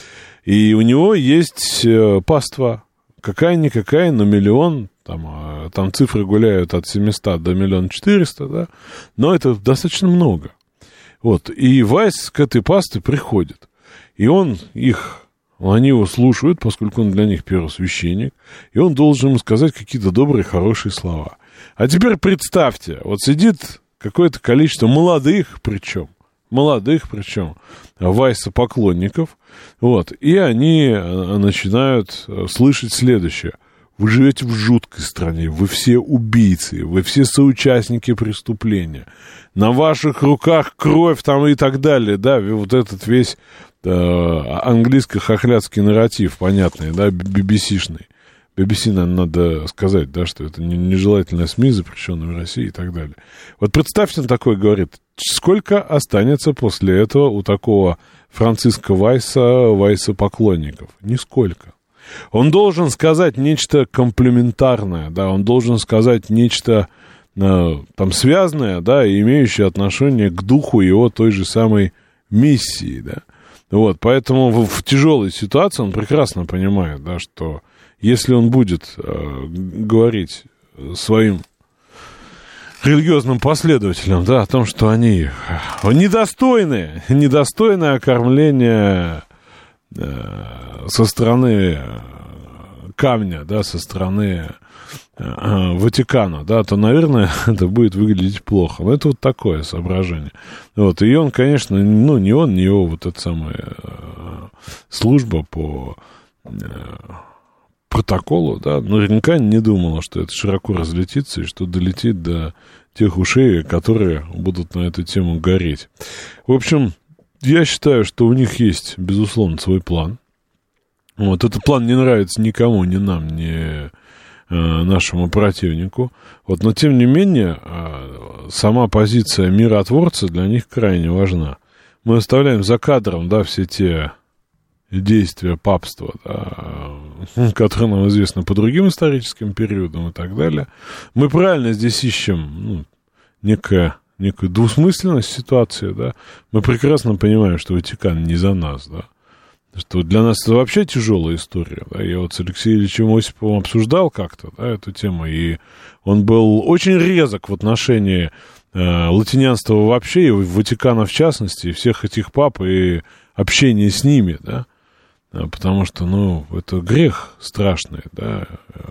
И у него есть паства, какая-никакая, но миллион, там, там цифры гуляют от семисот до миллиона четыреста, да, но это достаточно много. Вот, и Вайс к этой пасте приходит, и он их... Они его слушают, поскольку он для них первосвященник, и он должен им сказать какие-то добрые, хорошие слова. А теперь представьте, вот сидит какое-то количество молодых, причем, молодых, причем, Вайса поклонников, вот, и они начинают слышать следующее. Вы живете в жуткой стране, вы все убийцы, вы все соучастники преступления, на ваших руках кровь там и так далее, да, вот этот весь э, английско-хохлядский нарратив, понятный, да, би би си-шный. би би си, надо сказать, да, что это нежелательная СМИ, запрещенная в России и так далее. Вот представьте, он такой говорит, сколько останется после этого у такого Франциска Вайса, Вайса поклонников? Нисколько. Он должен сказать нечто комплементарное, да, он должен сказать нечто э, там связанное, да, и имеющее отношение к духу его той же самой миссии, да. Вот, поэтому в, в тяжелой ситуации он прекрасно понимает, да, что если он будет э, говорить своим религиозным последователям, да, о том, что они недостойны, недостойны окормления э, со стороны камня, да, со стороны э, Ватикана, да, то, наверное, это будет выглядеть плохо. Но это вот такое соображение. Вот, и он, конечно, ну, не он, не его вот эта самая э, служба по э, протоколу, да, наверняка не думала, что это широко разлетится и что долетит до тех ушей, которые будут на эту тему гореть. В общем, я считаю, что у них есть, безусловно, свой план. Вот, этот план не нравится никому, ни нам, ни э, нашему противнику. Вот, но, тем не менее, э, сама позиция миротворца для них крайне важна. Мы оставляем за кадром, да, все те действия папства, да, которые нам известны по другим историческим периодам и так далее. Мы правильно здесь ищем, ну, некая, некую двусмысленность ситуации, да. Мы прекрасно понимаем, что Ватикан не за нас, да. Что для нас это вообще тяжелая история, да. Я вот с Алексеем Ильичем Осиповым обсуждал как-то, да, эту тему, и он был очень резок в отношении э, латинянства вообще, и Ватикана в частности, и всех этих пап, и общения с ними, да. Потому что, ну, это грех страшный, да,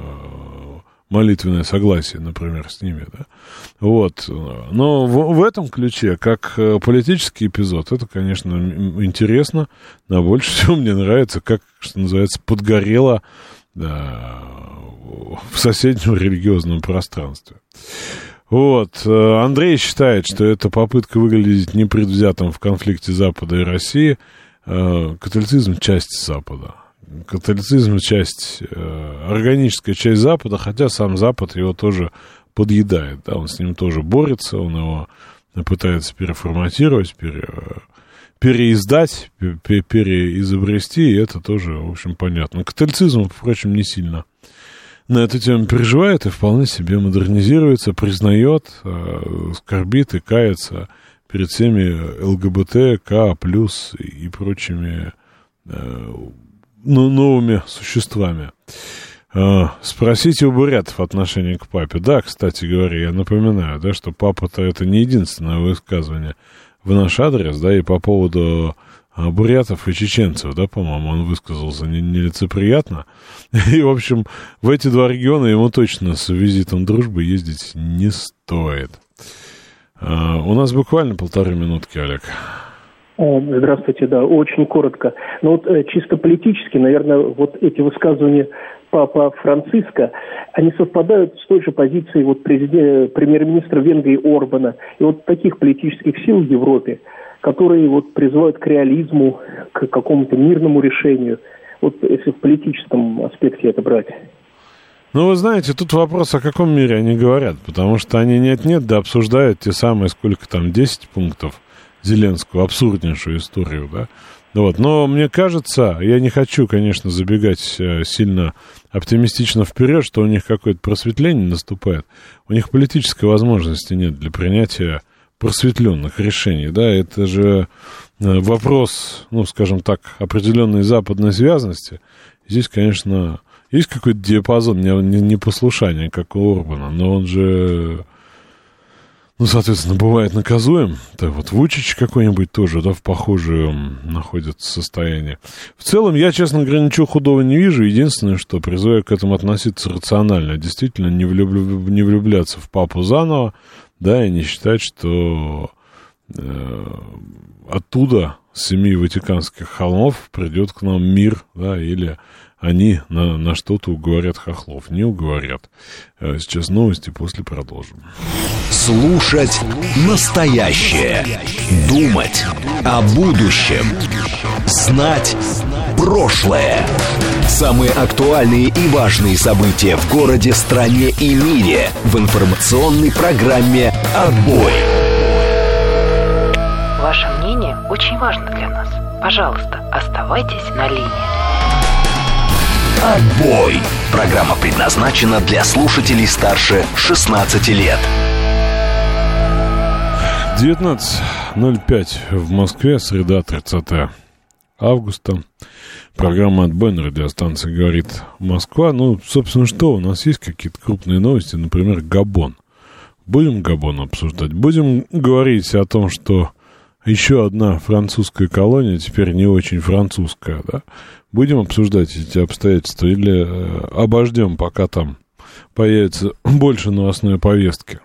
молитвенное согласие, например, с ними, да. Вот. Но в, в этом ключе, как политический эпизод, это, конечно, интересно, но больше всего мне нравится, как, что называется, подгорело, да, в соседнем религиозном пространстве. Вот. Андрей считает, что это попытка выглядеть непредвзятым в конфликте Запада и России. Католицизм — часть Запада. Католицизм — часть, э, органическая часть Запада, хотя сам Запад его тоже подъедает, да, он с ним тоже борется, он его пытается переформатировать, пере, переиздать, пере, переизобрести, и это тоже, в общем, понятно. Католицизм, впрочем, не сильно на эту тему переживает и вполне себе модернизируется, признает, э, скорбит и кается перед всеми ЛГБТ, К плюс и прочими э, ну, новыми существами. Э, спросите у бурятов отношение к папе. Да, кстати говоря, я напоминаю, да, что папа-то это не единственное высказывание в наш адрес, да, и по поводу э, бурятов и чеченцев, да, по-моему, он высказался нелицеприятно. И, в общем, в эти два региона ему точно с визитом дружбы ездить не стоит. Uh, у нас буквально полторы минутки, Олег. Здравствуйте, да, очень коротко. Но вот чисто политически, наверное, вот эти высказывания Папы Франциска, они совпадают с той же позицией вот премьер-министра Венгрии Орбана и вот таких политических сил в Европе, которые вот призывают к реализму, к какому-то мирному решению. Вот если в политическом аспекте это брать. Ну, вы знаете, тут вопрос, о каком мире они говорят, потому что они нет-нет, да обсуждают те самые, сколько там, десять пунктов Зеленского, абсурднейшую историю, да. Вот. Но мне кажется, я не хочу, конечно, забегать сильно оптимистично вперед, что у них какое-то просветление наступает. У них политической возможности нет для принятия просветленных решений, да. Это же вопрос, ну, скажем так, определенной западной связанности. Здесь, конечно... Есть какой-то диапазон непослушания, как у Орбана, но он же, ну, соответственно, бывает наказуем. Так вот, Вучич какой-нибудь тоже, да, в похожем находится состоянии. В целом, я, честно говоря, ничего худого не вижу. Единственное, что призываю к этому относиться рационально. Действительно, не, влюб... не влюбляться в папу заново, да, и не считать, что э, оттуда, с семи Ватиканских холмов, придет к нам мир, да, или... Они на, на что-то уговорят хохлов. Не уговорят. Сейчас новости, после продолжим. Слушать настоящее. Думать о будущем. Знать прошлое. Самые актуальные и важные события в городе, стране и мире в информационной программе «Отбой». Ваше мнение очень важно для нас. Пожалуйста, оставайтесь на линии. Отбой. Программа предназначена для слушателей старше шестнадцати лет. девятнадцать ноль пять в Москве, среда, тридцатое августа. Программа «Отбой» на радиостанции «Говорит Москва». Ну, собственно, что? У нас есть какие-то крупные новости, например, Габон. Будем Габон обсуждать? Будем говорить о том, что еще одна французская колония, теперь не очень французская, да? Будем обсуждать эти обстоятельства или обождем, пока там появится больше новостной повестки?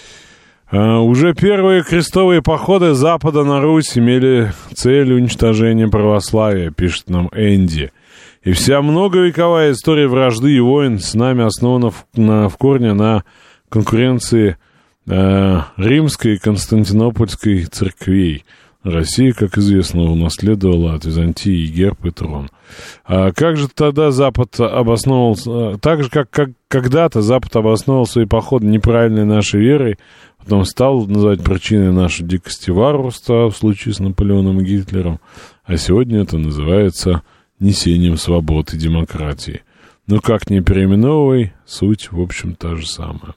А, уже первые крестовые походы Запада на Русь имели цель уничтожения православия, пишет нам Энди. И вся многовековая история вражды и войн с нами основана в, на, в корне на конкуренции э, римской и константинопольской церквей. Россия, как известно, унаследовала от Византии и герб, и трон. А как же тогда Запад обосновывал, так же, как, как когда-то Запад обосновывал свои походы неправильной нашей верой, потом стал называть причиной нашей дикости варварства в случае с Наполеоном и Гитлером, а сегодня это называется несением свободы и демократии. Ну, как ни переименовывай, суть, в общем, та же самая.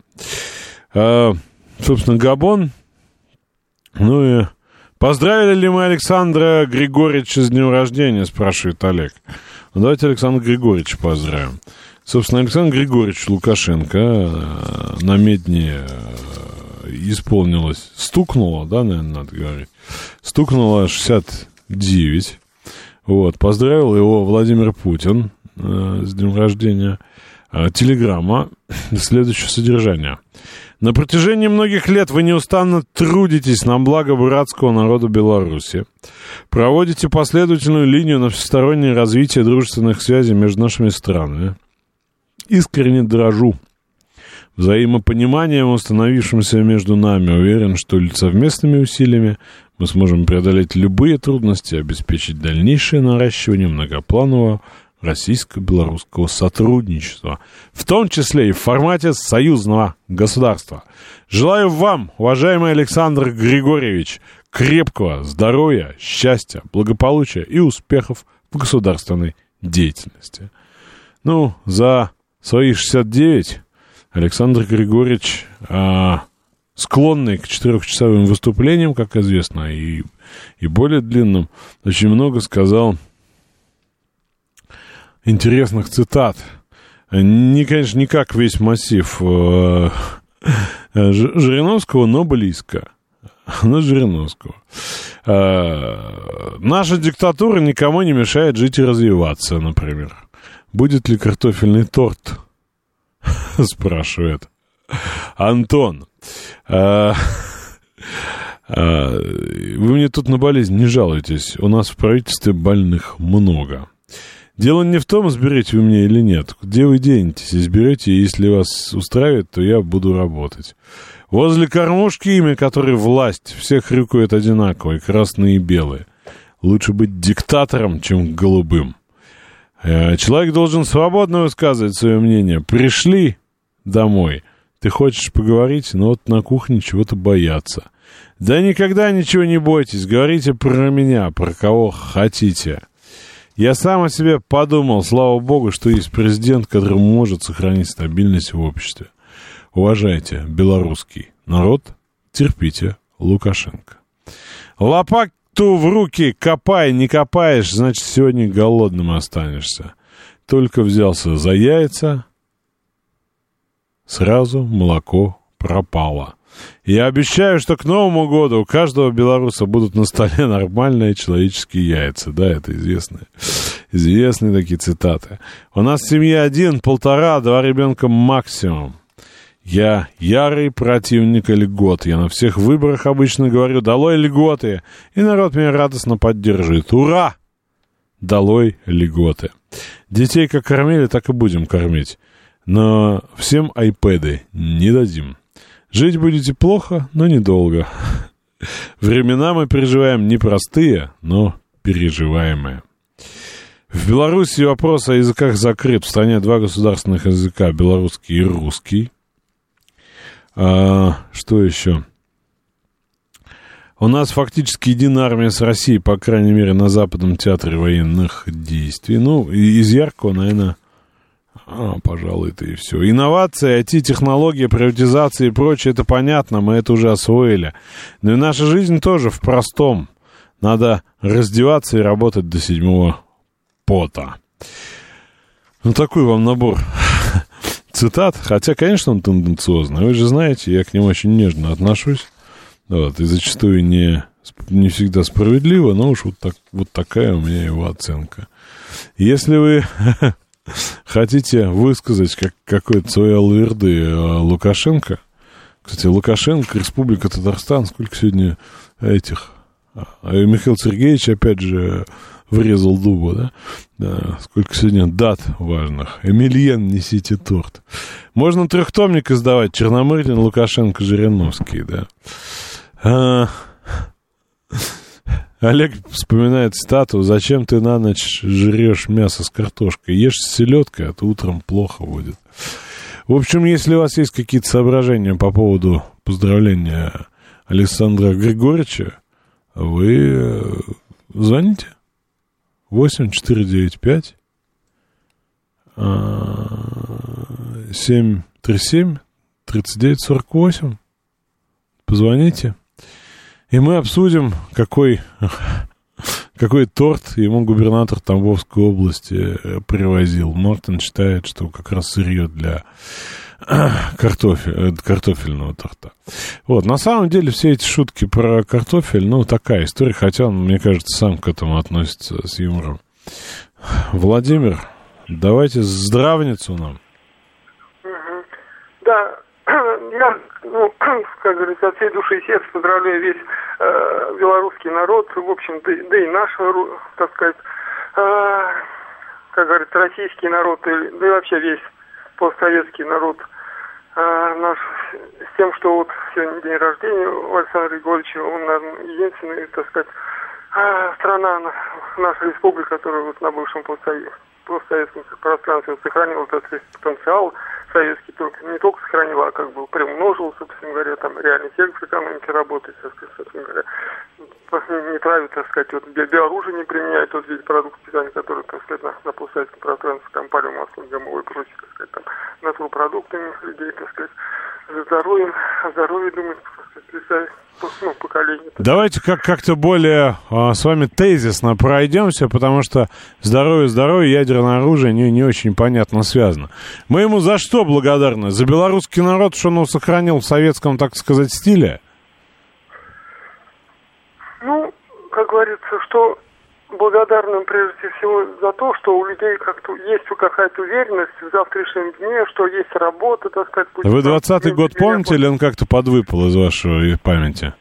А, собственно, Габон, ну и... Поздравили ли мы Александра Григорьевича с днем рождения, спрашивает Олег. Ну, давайте Александра Григорьевича поздравим. Собственно, Александр Григорьевич Лукашенко на медне исполнилось, стукнуло, да, наверное, надо говорить, стукнуло шестьдесят девять. Вот, поздравил его Владимир Путин с днем рождения. Телеграмма, следующее содержание. На протяжении многих лет вы неустанно трудитесь на благо братского народа Беларуси. Проводите последовательную линию на всестороннее развитие дружественных связей между нашими странами. Искренне дорожу взаимопониманием, установившимся между нами. Уверен, что совместными усилиями мы сможем преодолеть любые трудности и обеспечить дальнейшее наращивание многопланового российско-белорусского сотрудничества, в том числе и в формате союзного государства. Желаю вам, уважаемый Александр Григорьевич, крепкого здоровья, счастья, благополучия и успехов в государственной деятельности. Ну, за свои шестьдесят девять Александр Григорьевич, а, склонный к четырехчасовым выступлениям, как известно, и, и более длинным, очень много сказал интересных цитат. Не, конечно, не как весь массив э, Жириновского, но близко. Но Жириновского. Э, наша диктатура никому не мешает жить и развиваться, например. Будет ли картофельный торт? Спрашивает Антон. Э, э, вы мне тут на болезнь не жалуйтесь. У нас в правительстве больных много. Дело не в том, изберете вы меня или нет. Где вы денетесь? Изберете, и если вас устраивает, то я буду работать. Возле кормушки, имя которой власть, все хрюкают одинаково, и красные, и белые. Лучше быть диктатором, чем голубым. Человек должен свободно высказывать свое мнение. Пришли домой. Ты хочешь поговорить, но вот на кухне чего-то боятся. Да никогда ничего не бойтесь. Говорите про меня, про кого хотите. Я сам о себе подумал, слава богу, что есть президент, который может сохранить стабильность в обществе. Уважайте белорусский народ, терпите Лукашенко. Лопату в руки копай, не копаешь, значит, сегодня голодным останешься. Только взялся за яйца, сразу молоко пропало. Я обещаю, что к Новому году у каждого белоруса будут на столе нормальные человеческие яйца. Да, это известные, известные такие цитаты. У нас в семье один, полтора, два ребенка максимум. Я ярый противник льгот. Я на всех выборах обычно говорю «долой льготы», и народ меня радостно поддерживает. Ура! Долой льготы. Детей как кормили, так и будем кормить. Но всем айпэды не дадим. Жить будете плохо, но недолго. Времена мы переживаем непростые, но переживаемые. В Беларуси вопрос о языках закрыт. В стране два государственных языка, белорусский и русский. А, что еще? У нас фактически единая армия с Россией, по крайней мере, на Западном театре военных действий. Ну, из яркого, наверное... А, пожалуй, это и все. Инновации, ай ти-технологии, приватизация и прочее, это понятно, мы это уже освоили. Но и наша жизнь тоже в простом. Надо раздеваться и работать до седьмого пота. Ну, такой вам набор цитат, хотя, конечно, он тенденциозный. Вы же знаете, я к нему очень нежно отношусь. Вот, и зачастую не, не всегда справедливо, но уж вот, так, вот такая у меня его оценка. Если вы хотите высказать как, какой-то свои алаверды Лукашенко, кстати, Лукашенко, Республика Татарстан, сколько сегодня этих... А Михаил Сергеевич, опять же, врезал дуба, да? Да, сколько сегодня дат важных. Эмильен, несите торт. Можно трехтомник издавать. Черномырдин, Лукашенко, Жириновский, да. А... Олег вспоминает стату: зачем ты на ночь жрешь мясо с картошкой? Ешь с селедкой, а то утром плохо будет. В общем, если у вас есть какие-то соображения по поводу поздравления Александра Григорьевича, вы звоните. восемь четыре девять пять семь три семь тридцать девять сорок восемь. Позвоните. И мы обсудим, какой, какой торт ему губернатор Тамбовской области привозил. Мортон считает, что как раз сырье для картофель, картофельного торта. Вот, на самом деле все эти шутки про картофель, ну, такая история, хотя он, мне кажется, сам к этому относится с юмором. Владимир, давайте здравницу нам. Угу. Да, я, ну, как говорится, от всей души и сердца поздравляю весь э, белорусский народ, в общем, да, да и наш, так сказать, э, как говорится, российский народ, да и вообще весь постсоветский народ э, наш, с тем, что вот сегодня день рождения у Александра Григорьевича, он, наверное, единственный, так сказать, э, страна, наша республика, которая вот на бывшем постсоветском постсоветском пространстве сохранила, так сказать, потенциал советский, только не только сохранила, а как бы приумножил, собственно говоря, там реальный сектор экономики работает, так сказать, собственно говоря, не, не травит, так сказать, вот биоружие не применяет тот вид продуктов питания, который, так сказать, на, на постсоветском пространстве, там, палево, масло, гомовое и прочее, так сказать, там, натурпродуктами людей, так сказать, за здоровьем, о здоровье думать, так сказать, представить, ну, поколение. Давайте как- как-то более а, с вами тезисно пройдемся, потому что здоровье, здоровье, ядерное оружие не, не очень понятно связано. Мы ему за что благодарны? За белорусский народ, что он его сохранил в советском, так сказать, стиле? Ну, как говорится, что благодарным прежде всего за то, что у людей как-то есть какая-то уверенность в завтрашнем дне, что есть работа, так сказать. Вы двадцатый год помните, или он как-то подвыпал из вашей памяти?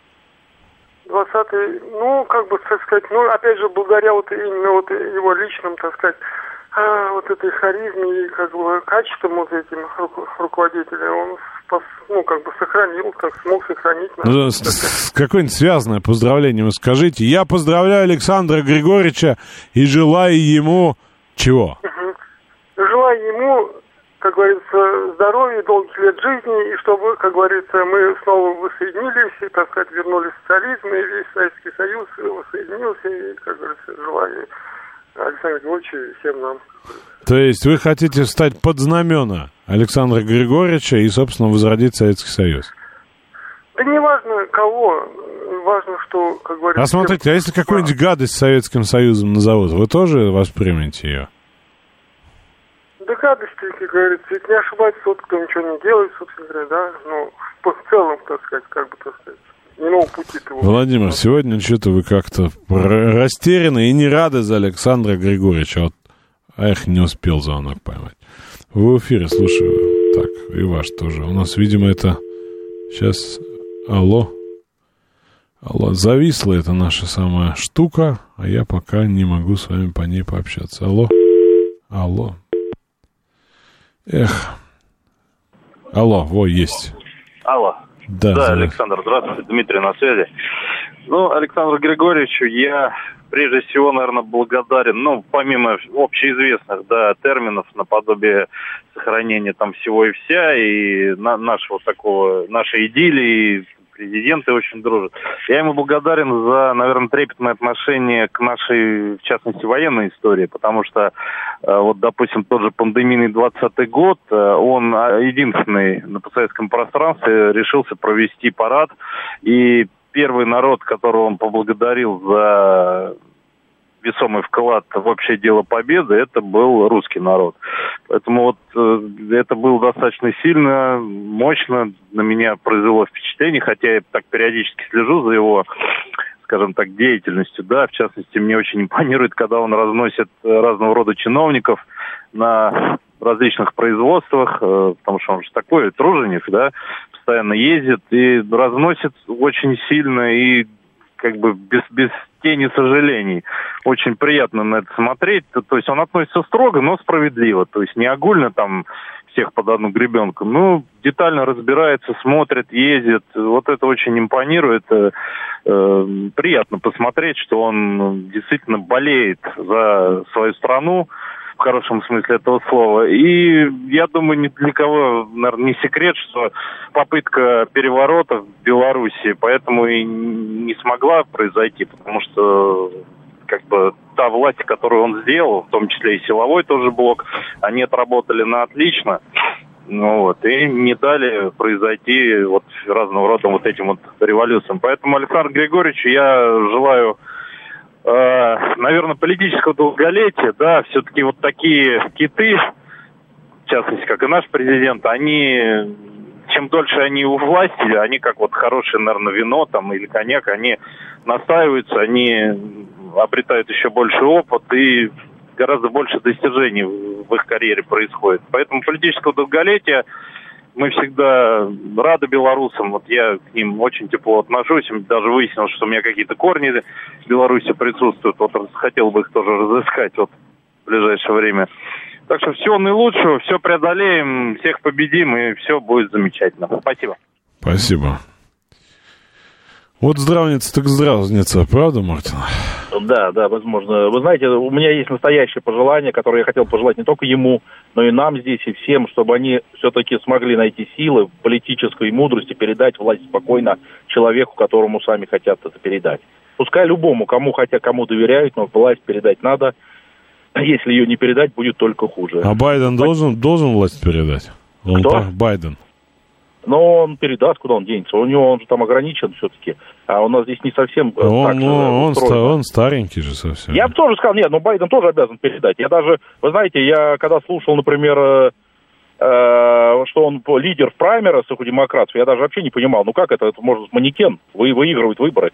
двадцатый, ну, как бы, так сказать, ну, опять же, благодаря вот именно вот его личным, так сказать, а, вот этой харизме и, как бы, качествам вот этим ру- руководителя, он, ну, как бы, сохранил, как смог сохранить. Ну, с, с, какое-нибудь связанное поздравление вы скажите. Я поздравляю Александра Григорьевича и желаю ему чего? Угу. Желаю ему, как говорится, здоровья, долгих лет жизни, и чтобы, как говорится, мы снова воссоединились, и, так сказать, вернули социализм, и весь Советский Союз воссоединился, и, как говорится, желаю Александру Григорьевичу и всем нам. То есть вы хотите встать под знамена Александра Григорьевича и, собственно, возродить Советский Союз? Да не важно кого, важно, что, как говорится... А смотрите, а если какую-нибудь гадость с Советским Союзом назовут, вы тоже воспримете ее? Да гадости, как говорится, ведь не ошибается тот, кто ничего не делает, собственно говоря, да, ну, в целом, так сказать, как бы, так сказать, иного пути-то... Владимир, сегодня что-то вы как-то растеряны и не рады за Александра Григорьевича. Вот, эх, не успел звонок поймать. Вы в эфире, слушаю. Так, и ваш тоже. У нас, видимо, это... Сейчас... Алло. Алло. Зависла эта наша самая штука, а я пока не могу с вами по ней пообщаться. Алло. Алло. Эх. Алло, во, есть. Алло. Да, да за... Александр, здравствуйте, Дмитрий на связи. Ну, Александру Григорьевичу я прежде всего, наверное, благодарен, ну, помимо общеизвестных, да, терминов наподобие сохранения там всего и вся, и на, нашего такого, нашей идиллии, президенты очень дружат. Я ему благодарен за, наверное, трепетное отношение к нашей, в частности, военной истории, потому что, вот, допустим, тот же пандемийный двадцатый год, он единственный на постсоветском пространстве решился провести парад, и первый народ, которого он поблагодарил за весомый вклад в общее дело победы, это был русский народ. Поэтому вот э, это было достаточно сильно, мощно, на меня произвело впечатление, хотя я так периодически слежу за его, скажем так, деятельностью, да, в частности, мне очень импонирует, когда он разносит разного рода чиновников на различных производствах, э, потому что он же такой труженик, да, постоянно ездит и разносит очень сильно и как бы без, без тени сожалений. Очень приятно на это смотреть. То, то есть он относится строго, но справедливо. То есть не огульно там всех под одну гребенку. Ну, детально разбирается, смотрит, ездит. Вот это очень импонирует. Э, э, приятно посмотреть, что он действительно болеет за свою страну, в хорошем смысле этого слова. И я думаю, ни для кого, наверное, не секрет, что попытка переворота в Беларуси поэтому и не смогла произойти, потому что как бы та власть, которую он сделал, в том числе и силовой тоже блок, они отработали на отлично. Ну вот, и не дали произойти вот разного рода вот этим вот революциям. Поэтому Александру Григорьевичу я желаю, наверное, политического долголетия, да, все-таки вот такие киты, в частности, как и наш президент, они, чем дольше они у власти, они как вот хорошее, наверное, вино там или коньяк, они настаиваются, они обретают еще больше опыт и гораздо больше достижений в их карьере происходит. Поэтому политического долголетия мы всегда рады белорусам. Вот я к ним очень тепло отношусь. Даже выяснилось, что у меня какие-то корни в Беларуси присутствуют. Вот хотел бы их тоже разыскать вот в ближайшее время. Так что всего наилучшего, все преодолеем, всех победим, и все будет замечательно. Спасибо. Спасибо. Вот здравница так здравница, правда, Мартин? Да, да, возможно. Вы знаете, у меня есть настоящее пожелание, которое я хотел пожелать не только ему, но и нам здесь, и всем, чтобы они все-таки смогли найти силы политической мудрости передать власть спокойно человеку, которому сами хотят это передать. Пускай любому, кому хотят, кому доверяют, но власть передать надо. Если ее не передать, будет только хуже. А Байден должен, должен власть передать? Он Кто? Та, Байден. Но он передаст, куда он денется. У него он же там ограничен все-таки. А у нас здесь не совсем он, так же он, устроено. он старенький же совсем. Я бы тоже сказал, нет, но Байден тоже обязан передать. Я даже, вы знаете, я когда слушал, например, э, э, что он лидер в праймерисах у демократов, я даже вообще не понимал, ну как это, это может манекен вы, выигрывать выборы.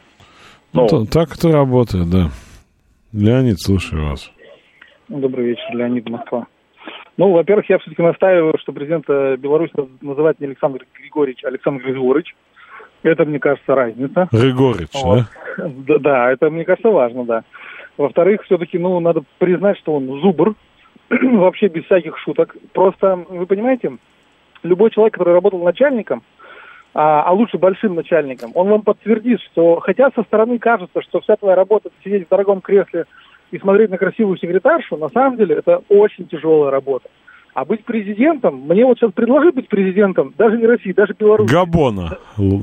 Ну, ну, так это работает, да. Леонид, слушаю вас. Добрый вечер, Леонид, Москва. Ну, во-первых, я все-таки настаиваю, что президента Беларуси называть не Александр Григорьевич, а Александр Григорьевич. Это, мне кажется, разница. Григорьевич, вот. да? да? Да, это, мне кажется, важно, да. Во-вторых, все-таки, ну, надо признать, что он зубр, вообще без всяких шуток. Просто, вы понимаете, любой человек, который работал начальником, а, а лучше большим начальником, он вам подтвердит, что, хотя со стороны кажется, что вся твоя работа — сидеть в дорогом кресле и смотреть на красивую секретаршу, на самом деле это очень тяжелая работа. А быть президентом, мне вот сейчас предложи быть президентом, даже не России, даже Беларуси. Габона.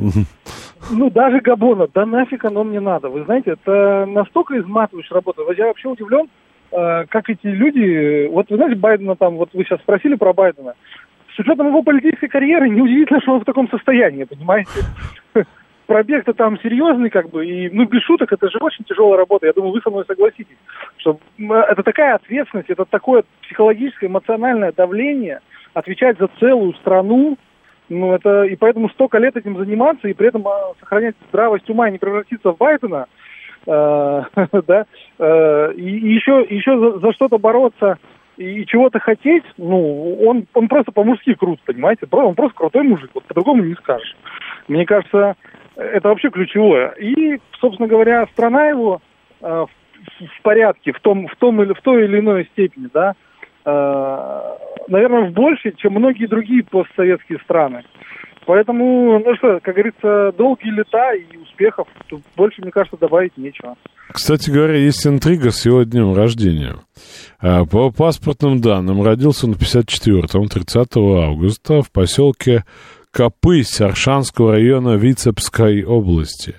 Ну, даже Габона, да нафиг оно мне надо. Вы знаете, это настолько изматывающая работа. Я вообще удивлен, как эти люди... Вот вы знаете, Байдена там, вот вы сейчас спросили про Байдена. С учетом его политической карьеры, неудивительно, что он в таком состоянии, понимаете? Пробег-то там серьезный, как бы, и, ну, без шуток, это же очень тяжелая работа. Я думаю, вы со мной согласитесь, что это такая ответственность, это такое психологическое, эмоциональное давление, отвечать за целую страну, ну, это, и поэтому столько лет этим заниматься, и при этом сохранять здравость ума и не превратиться в Байдена, э, да, э, и, и еще, еще за, за что-то бороться и чего-то хотеть, ну, он, он просто по-мужски крут, понимаете, он просто крутой мужик, вот по-другому не скажешь. Мне кажется, это вообще ключевое. И, собственно говоря, страна его э, в, в порядке, в том, в том или в той или иной степени, да, э, наверное, в большей, чем многие другие постсоветские страны. Поэтому, ну что, как говорится, долгие лета и успехов. Тут больше, мне кажется, добавить нечего. Кстати говоря, есть интрига с его днем рождения. По паспортным данным, родился он в пятьдесят четвёртом, тридцатого августа, в поселке Копысь Аршанского района Витебской области.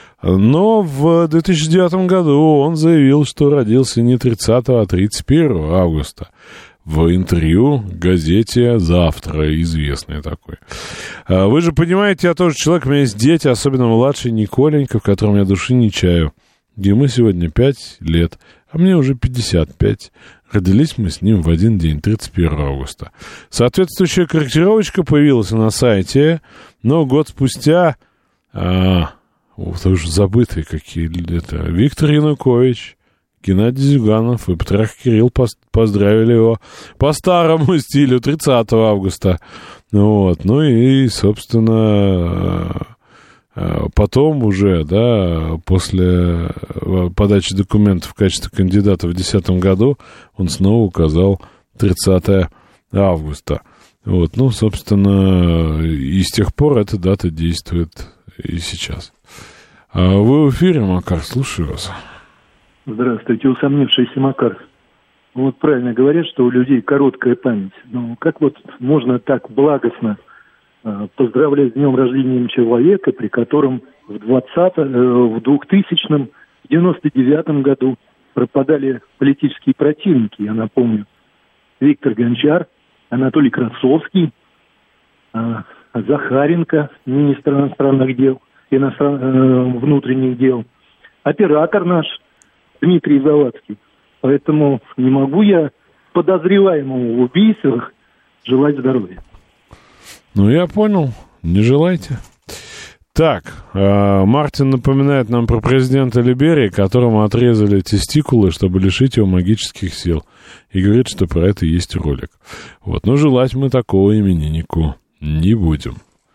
Но в две тысячи девятом году он заявил, что родился не тридцатого, а тридцать первого августа. В интервью газете «Завтра», известной такой. Вы же понимаете, я тоже человек, у меня есть дети, особенно младший Николенька, в котором я души не чаю. Ему сегодня пять лет, а мне уже пятьдесят пять. Родились мы с ним в один день, тридцать первого августа. Соответствующая корректировочка появилась на сайте, но год спустя, а, вот уже забытые какие, это Виктор Янукович, Геннадий Зюганов и Петрах Кирилл поздравили его по старому стилю тридцатого августа. Вот. Ну и, собственно, потом уже, да, после подачи документов в качестве кандидата в две тысячи десятом году он снова указал тридцатое августа. Вот. Ну, собственно, и с тех пор эта дата действует и сейчас. А вы в эфире, Макар, слушаю вас. Здравствуйте, усомнившийся Макар. Вот правильно говорят, что у людей короткая память. Ну, как вот можно так благостно э, поздравлять с днем рождения человека, при котором в двадцатом, э, в двухтысячном, в девяносто девятом году пропадали политические противники, я напомню. Виктор Гончар, Анатолий Красовский, э, Захаренко, министр иностранных дел, иностран... э, внутренних дел, оператор наш Дмитрий Завадский. Поэтому не могу я подозреваемому в убийствах желать здоровья. Ну, я понял. Не желайте. Так, э, Мартин напоминает нам про президента Либерии, которому отрезали тестикулы, чтобы лишить его магических сил. И говорит, что про это есть ролик. Вот, но желать мы такого имениннику не будем.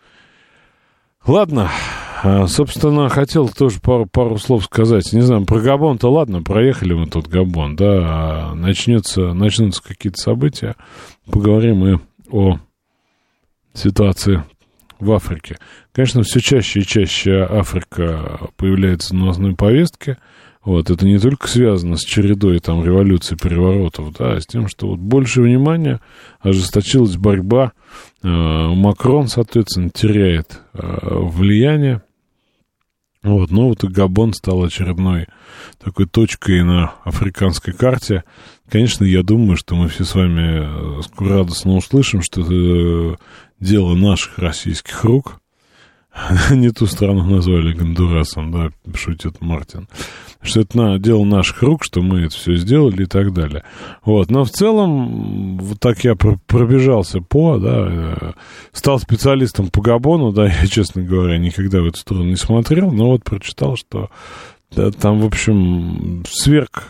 Ладно. Собственно, хотел тоже пару, пару слов сказать. Не знаю, про Габон-то ладно, проехали мы тут Габон, да, начнется, начнутся какие-то события, поговорим и о ситуации в Африке. Конечно, все чаще и чаще Африка появляется на новостной повестке. Вот, это не только связано с чередой там революций, переворотов, да, а с тем, что вот больше внимания, ожесточилась борьба. Макрон, соответственно, теряет влияние. Вот, но вот и Габон стал очередной такой точкой на африканской карте. Конечно, я думаю, что мы все с вами скоро радостно услышим, что это дело наших российских рук. Не ту страну назвали Гондурасом, да, шутит Мартин. Что это на, дело наших рук, что мы это все сделали и так далее. Вот, но в целом, вот так я пробежался по, да, стал специалистом по Габону, да, я, честно говоря, никогда в эту сторону не смотрел, но вот прочитал, что да, там, в общем, сверг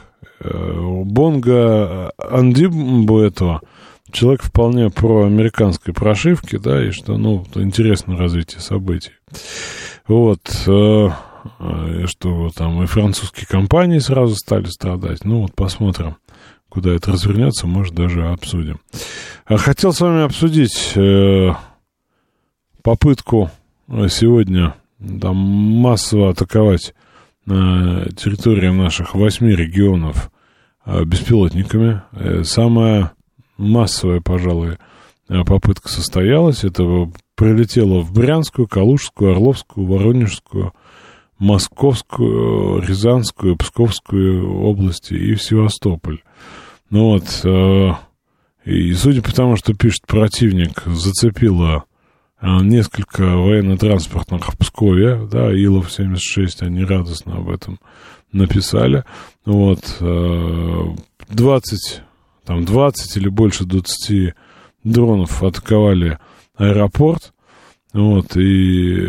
Бонго Андимбу этого, человек вполне про американской прошивки, да, и что, ну, интересно развитие событий. Вот, э, что там и французские компании сразу стали страдать. Ну, вот посмотрим, куда это развернется, может, даже обсудим. Хотел с вами обсудить э, попытку сегодня там массово атаковать на территории наших восьми регионов э, беспилотниками. Э, самая массовая, пожалуй, попытка состоялась. Это прилетело в Брянскую, Калужскую, Орловскую, Воронежскую, Московскую, Рязанскую, Псковскую области и в Севастополь. Ну вот, и судя по тому, что пишет противник, зацепило несколько военно-транспортных в Пскове, да, Илов семьдесят шесть, они радостно об этом написали. Вот, двадцать Там двадцать или больше двадцати дронов атаковали аэропорт. Вот, и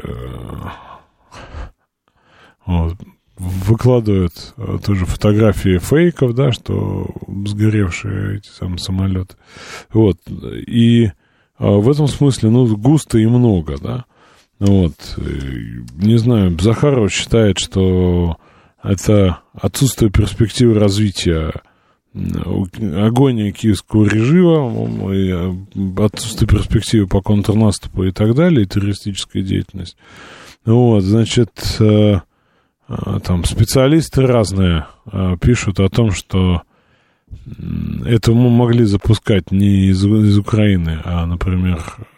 вот, выкладывают тоже фотографии фейков, да, что сгоревшие эти самые самолеты. Вот, и в этом смысле, ну, густо и много, да. Вот, не знаю, Захаров считает, что это отсутствие перспективы развития, агония киевского режима, отсутствие перспективы по контрнаступу и так далее, и террористическая деятельность. Вот, значит, там специалисты разные пишут о том, что это мы могли запускать не из, из Украины, а, например,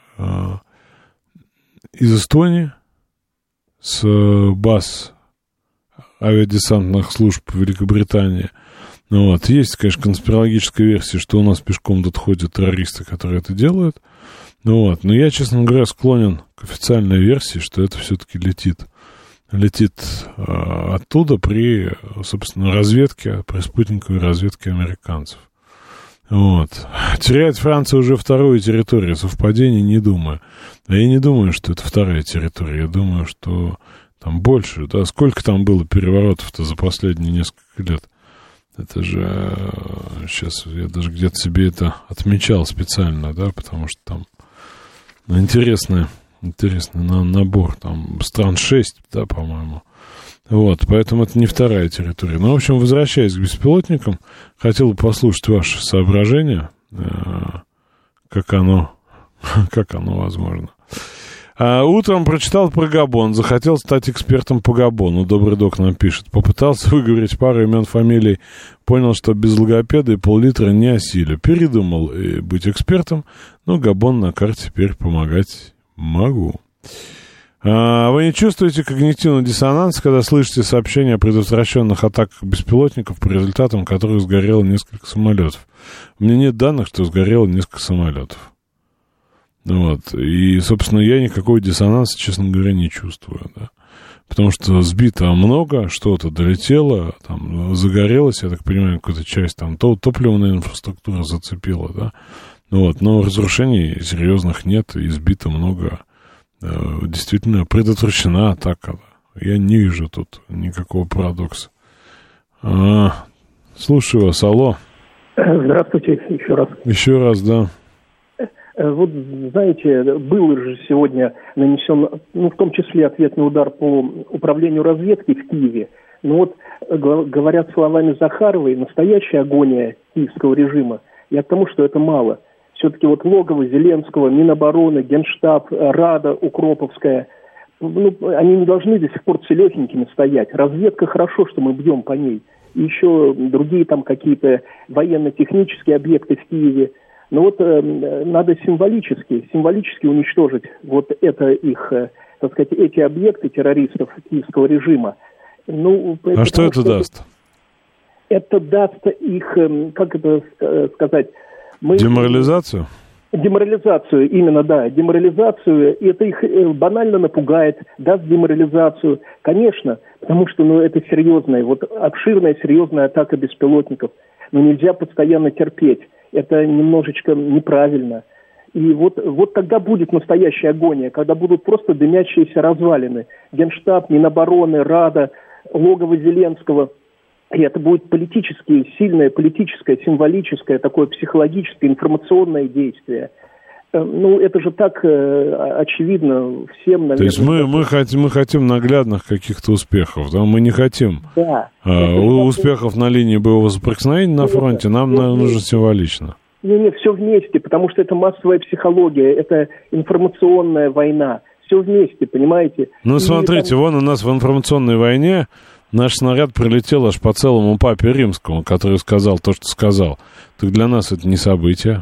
из Эстонии, с баз авиадесантных служб Великобритании. Ну вот, есть, конечно, конспирологическая версия, что у нас пешком тут ходят террористы, которые это делают. Ну вот, но я, честно говоря, склонен к официальной версии, что это все-таки летит летит э, оттуда при, собственно, разведке, при спутниковой разведке американцев. Вот. Теряет Франция уже вторую территорию. Совпадение не думаю. А я не думаю, что это вторая территория. Я думаю, что там больше. Да? Сколько там было переворотов-то за последние несколько лет? Это же... Сейчас я даже где-то себе это отмечал специально, да, потому что там интересный, интересный набор. Там стран шесть, да, по-моему. Вот, поэтому это не вторая территория. Ну, в общем, возвращаясь к беспилотникам, хотел бы послушать ваши соображения, как оно, как оно возможно. А утром прочитал про Габон, захотел стать экспертом по Габону. Добрый док нам пишет. Попытался выговорить пару имен, фамилий, понял, что без логопеда и пол-литра не осилю. Передумал быть экспертом, но Габон на карте теперь помогать могу. А вы не чувствуете когнитивный диссонанс, когда слышите сообщения о предотвращенных атаках беспилотников, по результатам которых сгорело несколько самолетов? У меня нет данных, что сгорело несколько самолетов. Вот. И, собственно, я никакого диссонанса, честно говоря, не чувствую. Да? Потому что сбито много, что-то долетело, там, загорелось, я так понимаю, какая-то часть там то, топливная инфраструктура зацепила, да. Вот. Но разрушений серьезных нет, и сбито много. Действительно предотвращена атака. Я не вижу тут никакого парадокса. А, слушаю вас, алло. Здравствуйте еще раз. Еще раз, да. Вот, знаете, был же сегодня нанесен, ну, в том числе ответный удар по управлению разведки в Киеве. Но вот, говорят словами Захаровой, настоящая агония киевского режима. Я к тому, что это мало. Все-таки вот логово Зеленского, Минобороны, Генштаб, Рада Укроповская, ну, они не должны до сих пор целехенькими стоять. Разведка хорошо, что мы бьем по ней. И еще другие там какие-то военно-технические объекты в Киеве. Но вот э, надо символически, символически уничтожить вот это их, э, так сказать, эти объекты террористов киевского режима. Ну, а что это что даст? Это даст их, э, как это сказать... Мы... Деморализацию? Деморализацию, именно, да, деморализацию. И это их банально напугает, даст деморализацию. Конечно, потому что, ну, это серьезная, вот обширная, серьезная атака беспилотников. Но нельзя постоянно терпеть. Это немножечко неправильно. И вот, вот тогда будет настоящая агония, когда будут просто дымящиеся развалины. Генштаб, Минобороны, Рада, логово Зеленского. И это будет политически сильное, политическое, символическое, такое психологическое, информационное действие. Ну, это же так э, очевидно всем, наверное. То есть мы, мы, хотим, мы хотим наглядных каких-то успехов, да? Мы не хотим да. э, успехов на линии боевого соприкосновения на фронте, нам все нужно вместе. Символично. Не, не, все вместе, потому что это массовая психология, это информационная война. Все вместе, понимаете? Ну, И смотрите, там... вон у нас в информационной войне наш снаряд прилетел аж по целому папе римскому, который сказал то, что сказал. Так для нас это не событие.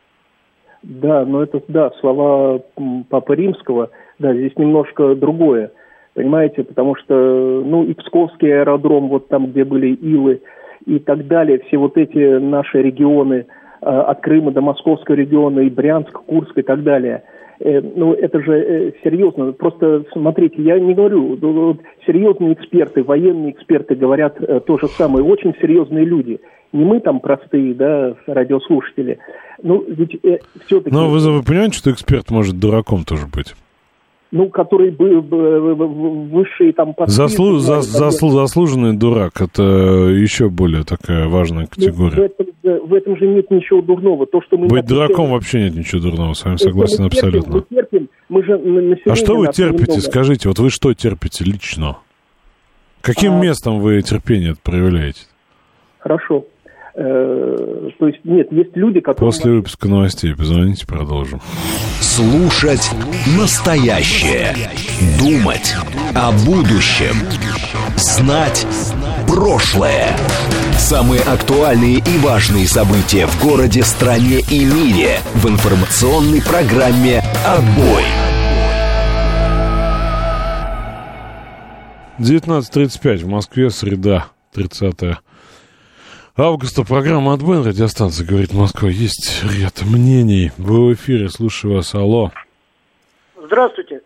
Да, но это, да, слова Папы Римского, да, здесь немножко другое, понимаете, потому что, ну, и Псковский аэродром, вот там, где были Илы и так далее, все вот эти наши регионы, от Крыма до Московского региона, и Брянск, Курск и так далее, ну, это же серьезно, просто смотрите, я не говорю, серьезные эксперты, военные эксперты говорят то же самое, очень серьезные люди. Не мы там простые, да, радиослушатели. Ну, ведь э, все-таки... Но вы, вы понимаете, что эксперт может дураком тоже быть? Ну, который бы, бы, бы высший там... Заслу, за, заслу, заслуженный дурак, это еще более такая важная категория. Ну, в, этом, в этом же нет ничего дурного. То, что мы быть дураком вообще нет ничего дурного, с вами согласен мы терпим, абсолютно. Мы терпим, мы же население... А что вы терпите, немного... скажите, вот вы что терпите лично? Каким а... местом вы терпение проявляете? Хорошо. То есть, нет, есть люди, которые... После выпуска новостей позвоните, продолжим. Слушать настоящее. Думать о будущем. Знать прошлое. Самые актуальные и важные события в городе, стране и мире в информационной программе «Отбой». девятнадцать тридцать пять в Москве, среда, тридцатое августа, программа «Отбой» на радиостанции «Говорит Москва». Есть ряд мнений. Вы в эфире, слушаю вас. Алло. Здравствуйте.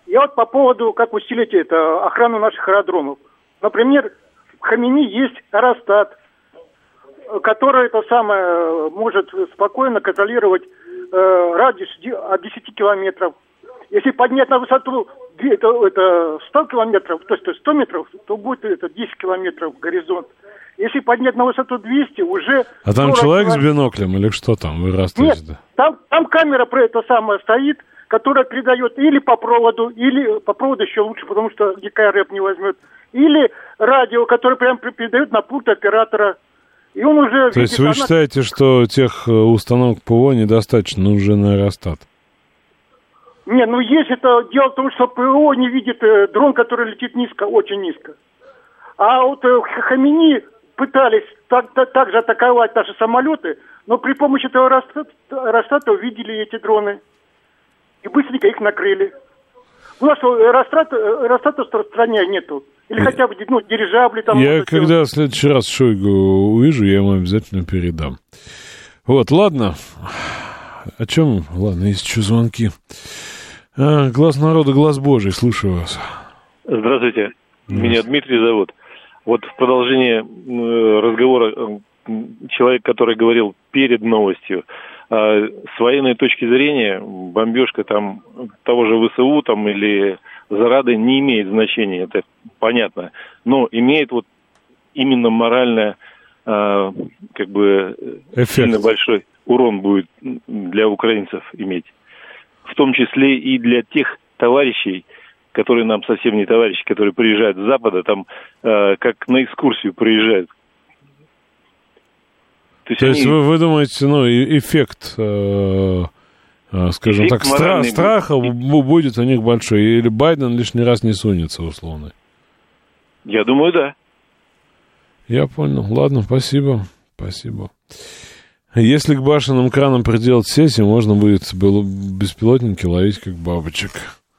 Я вот по поводу, как усилить это, охрану наших аэродромов. Например, в Хамини есть аэростат, который это самое может спокойно контролировать э, радиус от десяти километров. Если поднять на высоту это, это сто километров, то есть сто метров, то будет это десять километров горизонт. Если поднять на высоту двести, уже... А там человек километров... с биноклем или что там? Вы растете? Нет, там, там камера про это самое стоит, которая передает или по проводу, или по проводу еще лучше, потому что ди кей ар эф не возьмет, или радио, которое прям передает на пульт оператора. И он уже... То видит, есть вы она... считаете, что тех установок ПВО недостаточно, нужен аэростат? Не, ну есть это... Дело в том, что ПВО не видит э, дрон, который летит низко, очень низко. А вот э, Хамини пытались так, так, так же атаковать наши самолеты, но при помощи этого аэростата, аэростата увидели эти дроны. И быстренько их накрыли. У нас аэростата, аэростата в стране нету. Или хотя бы ну, дирижабли там. Я когда делать. В следующий раз Шойгу увижу, я ему обязательно передам. Вот, ладно. О чем? Ладно, есть еще звонки. А, глаз народа, глаз Божий, слушаю вас. Здравствуйте. Меня Дмитрий зовут. Вот в продолжение разговора человек, который говорил перед новостью, с военной точки зрения бомбежка там того же ВСУ там или Зарады не имеет значения, это понятно, но имеет вот именно морально э, как бы эффект. Сильно большой урон будет для украинцев иметь, в том числе и для тех товарищей, которые нам совсем не товарищи, которые приезжают с Запада, там э, как на экскурсию приезжают. То есть, То есть они... вы, вы думаете, ну, эффект, э, э, скажем эффект так, стра- страха будет. будет у них большой, или Байден лишний раз не сунется, условно? Я думаю, да. Я понял. Ладно, спасибо. Спасибо. Если к башенным кранам приделать сети, можно будет беспилотники ловить как бабочек.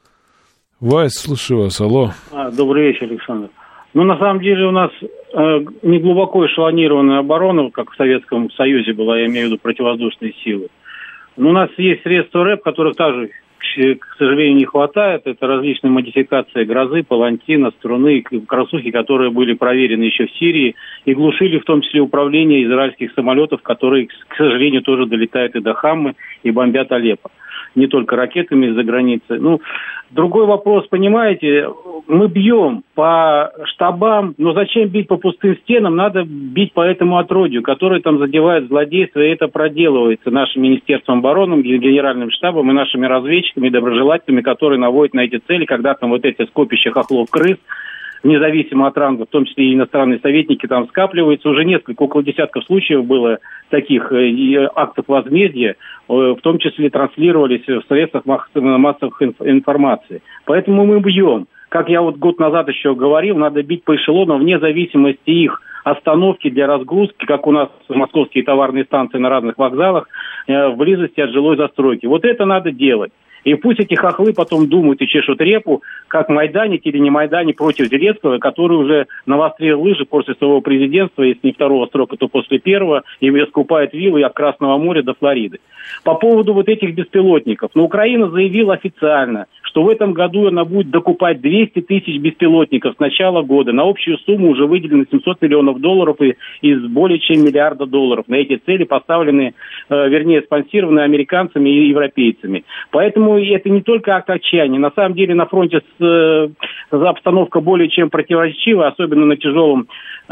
Вайс, слушаю вас, алло. А, добрый вечер, Александр. Ну, на самом деле, у нас э, не глубоко эшелонированная оборона, как в Советском Союзе была, я имею в виду противовоздушные силы. Но у нас есть средства РЭП, которых также, к сожалению, не хватает. Это различные модификации «Грозы», «Палантина», «Струны», «Красухи», которые были проверены еще в Сирии и глушили в том числе управление израильских самолетов, которые, к сожалению, тоже долетают и до Хаммы, и бомбят Алеппо. Не только ракетами из-за границы. Ну, другой вопрос, понимаете, мы бьем по штабам, но зачем бить по пустым стенам? Надо бить по этому отродью, которое там задевает злодейство, и это проделывается нашим Министерством обороны, Генеральным штабом и нашими разведчиками, доброжелателями, которые наводят на эти цели, когда там вот эти скопища хохлов-крыс, независимо от ранга, в том числе и иностранные советники там скапливаются. Уже несколько, около десятков случаев было таких э, актов возмездия, э, в том числе транслировались в средствах массовых инф- информации. Поэтому мы бьем. Как я вот год назад еще говорил, надо бить по эшелонам вне зависимости их остановки для разгрузки, как у нас московские товарные станции на разных вокзалах, э, в близости от жилой застройки. Вот это надо делать. И пусть эти хохлы потом думают и чешут репу, как майданить или не майданить против Зеленского, который уже навострил лыжи после своего президентства, если не второго срока, то после первого, и скупает виллы от Красного моря до Флориды. По поводу вот этих беспилотников. Но Украина заявила официально, что в этом году она будет докупать двести тысяч беспилотников с начала года. На общую сумму уже выделено семьсот миллионов долларов и из более чем миллиарда долларов. На эти цели поставлены, э, вернее, спонсированы американцами и европейцами. Поэтому это не только акт отчаяния. На самом деле на фронте с, э, обстановка более чем противоречивая, особенно на тяжелом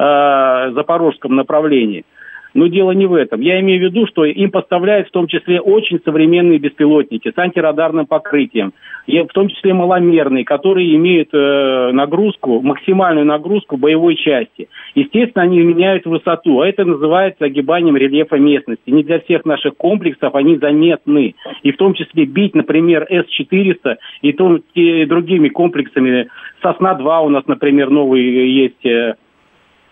э, запорожском направлении. Но дело не в этом. Я имею в виду, что им поставляют в том числе очень современные беспилотники с антирадарным покрытием, и в том числе маломерные, которые имеют э, нагрузку, максимальную нагрузку боевой части. Естественно, они меняют высоту, а это называется огибанием рельефа местности. Не для всех наших комплексов они заметны. И в том числе бить, например, эс четыреста и, то, и другими комплексами. Сосна-два у нас, например, новый есть... Э,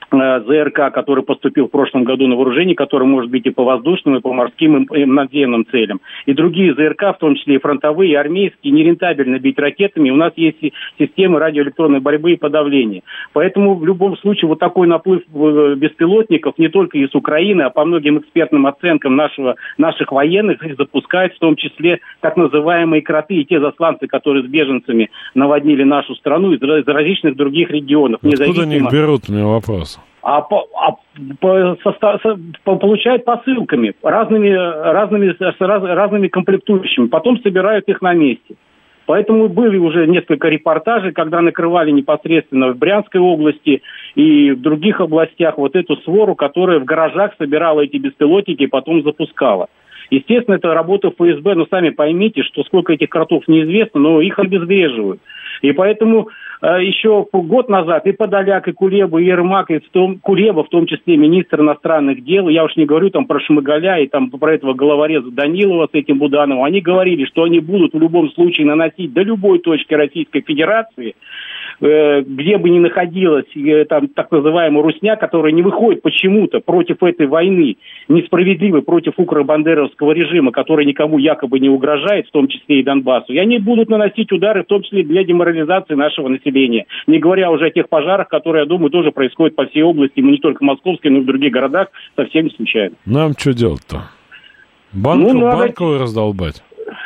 ЗРК, который поступил в прошлом году на вооружение, который может быть и по воздушным, и по морским, и надземным целям. И другие ЗРК, в том числе и фронтовые, и армейские, нерентабельно бить ракетами. У нас есть системы радиоэлектронной борьбы и подавления. Поэтому в любом случае вот такой наплыв беспилотников не только из Украины, а по многим экспертным оценкам нашего, наших военных их запускают, в том числе так называемые кроты и те засланцы, которые с беженцами наводнили нашу страну из, из различных других регионов. Откуда они их берут, у меня вопрос? А, по, а по, со, со, по, получают посылками, разными, разными, с раз, разными комплектующими, потом собирают их на месте. Поэтому были уже несколько репортажей, когда накрывали непосредственно в Брянской области и в других областях вот эту свору, которая в гаражах собирала эти беспилотники и потом запускала. Естественно, это работа ФСБ, но сами поймите, что сколько этих кротов неизвестно, но их обезвреживают. И поэтому э, еще год назад и Подоляк, и Кулеба, и Ермак, и в том, Кулеба, в том числе министр иностранных дел, я уж не говорю там про Шмыгаля и там про этого головореза Данилова с этим Будановым, они говорили, что они будут в любом случае наносить до любой точки Российской Федерации, э, где бы ни находилась э, там так называемая русня, которая не выходит почему-то против этой войны, несправедливой против укро-бандеровского режима, который никому якобы не угрожает, в том числе и Донбассу, и они будут наносить удары, в том числе для деморализации нашего населения. Не говоря уже о тех пожарах, которые, я думаю, тоже происходят по всей области, не только Московской, но и в других городах, совсем не случайно. Нам что делать-то? Банку, ну, банку надо... раздолбать?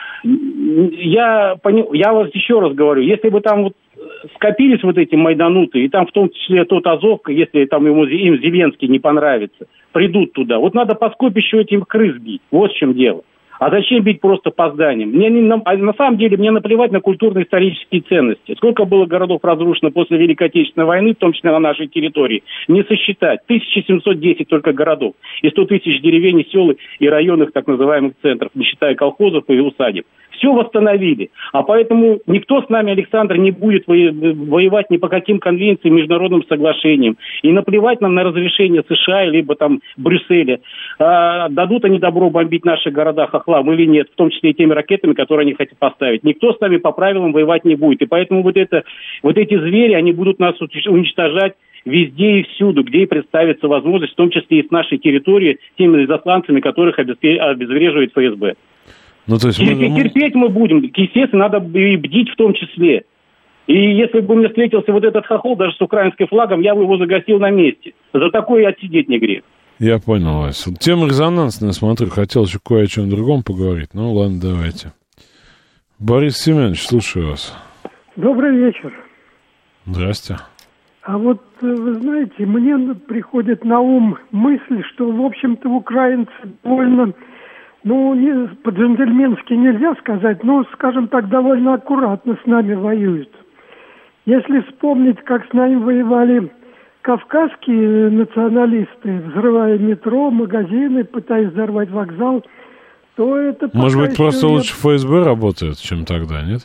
Я, пони... я вас еще раз говорю, если бы там вот скопились вот эти майдануты, и там в том числе тот Азов, если там ему, им Зеленский не понравится, придут туда. Вот надо по скопищу этим крыс бить. Вот в чем дело. А зачем бить просто по зданиям? Мне не, на, на самом деле мне наплевать на культурно-исторические ценности. Сколько было городов разрушено после Великой Отечественной войны, в том числе на нашей территории, не сосчитать. тысяча семьсот десять только городов. И сто тысяч деревень, сел и районных так называемых центров, не считая колхозов и усадеб. Все восстановили. А поэтому никто с нами, Александр, не будет воевать ни по каким конвенциям, международным соглашениям. И наплевать нам на разрешение США, либо там Брюсселя. А, дадут они добро бомбить наши города хохлам или нет, в том числе и теми ракетами, которые они хотят поставить. Никто с нами по правилам воевать не будет. И поэтому вот, это, вот эти звери, они будут нас уничтожать везде и всюду, где и представится возможность, в том числе и с нашей территории, теми засланцами, которых обезвреживает ФСБ. Ну, то есть мы... Терпеть мы будем, естественно, надо и бдить в том числе. И если бы мне встретился вот этот хохол, даже с украинским флагом, я бы его загасил на месте. За такое отсидеть не грех. Я понял вас. Тема резонансная, смотрю, хотел еще кое о чем другом поговорить. Ну, ладно, давайте. Борис Семенович, слушаю вас. Добрый вечер. Здрасте. А вот, вы знаете, мне приходит на ум мысль, что, в общем-то, украинцы довольно... Ну, не, по-джентльменски нельзя сказать, но, скажем так, довольно аккуратно с нами воюют. Если вспомнить, как с нами воевали кавказские националисты, взрывая метро, магазины, пытаясь взорвать вокзал, то это... Может быть, просто я... лучше ФСБ работает, чем тогда, нет?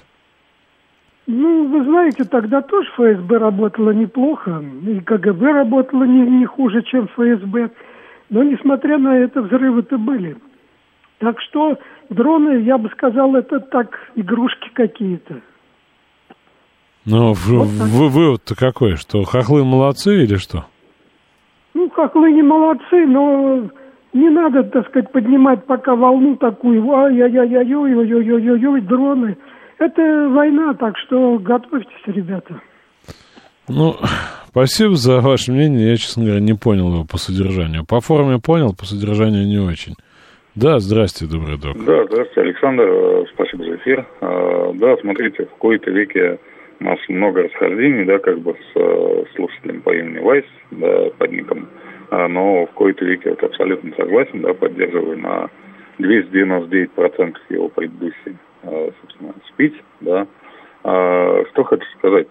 Ну, вы знаете, тогда тоже ФСБ работало неплохо, и КГБ работало не, не хуже, чем ФСБ. Но, несмотря на это, взрывы-то были. Так что дроны, я бы сказал, это так, игрушки какие-то. Ну, вот вы, вывод-то какой, что хохлы молодцы или что? Ну, хохлы не молодцы, но не надо, так сказать, поднимать пока волну такую, ай-яй-яй-яй-яй-яй-яй-яй, дроны. Это война, так что готовьтесь, ребята. Ну, спасибо за ваше мнение, я, честно говоря, не понял его по содержанию. По форме понял, по содержанию не очень. Да, здрасте, добрый док. Да, здравствуйте, Александр, спасибо за эфир. Да, смотрите, в кои-то веке у нас много расхождений, да, как бы с слушателем по имени Вайс, да, под ником, но в кои-то веке вот абсолютно согласен, да, поддерживаю на двести девяносто девять процентов его предыдущий, собственно, спич, да. Что хочу сказать.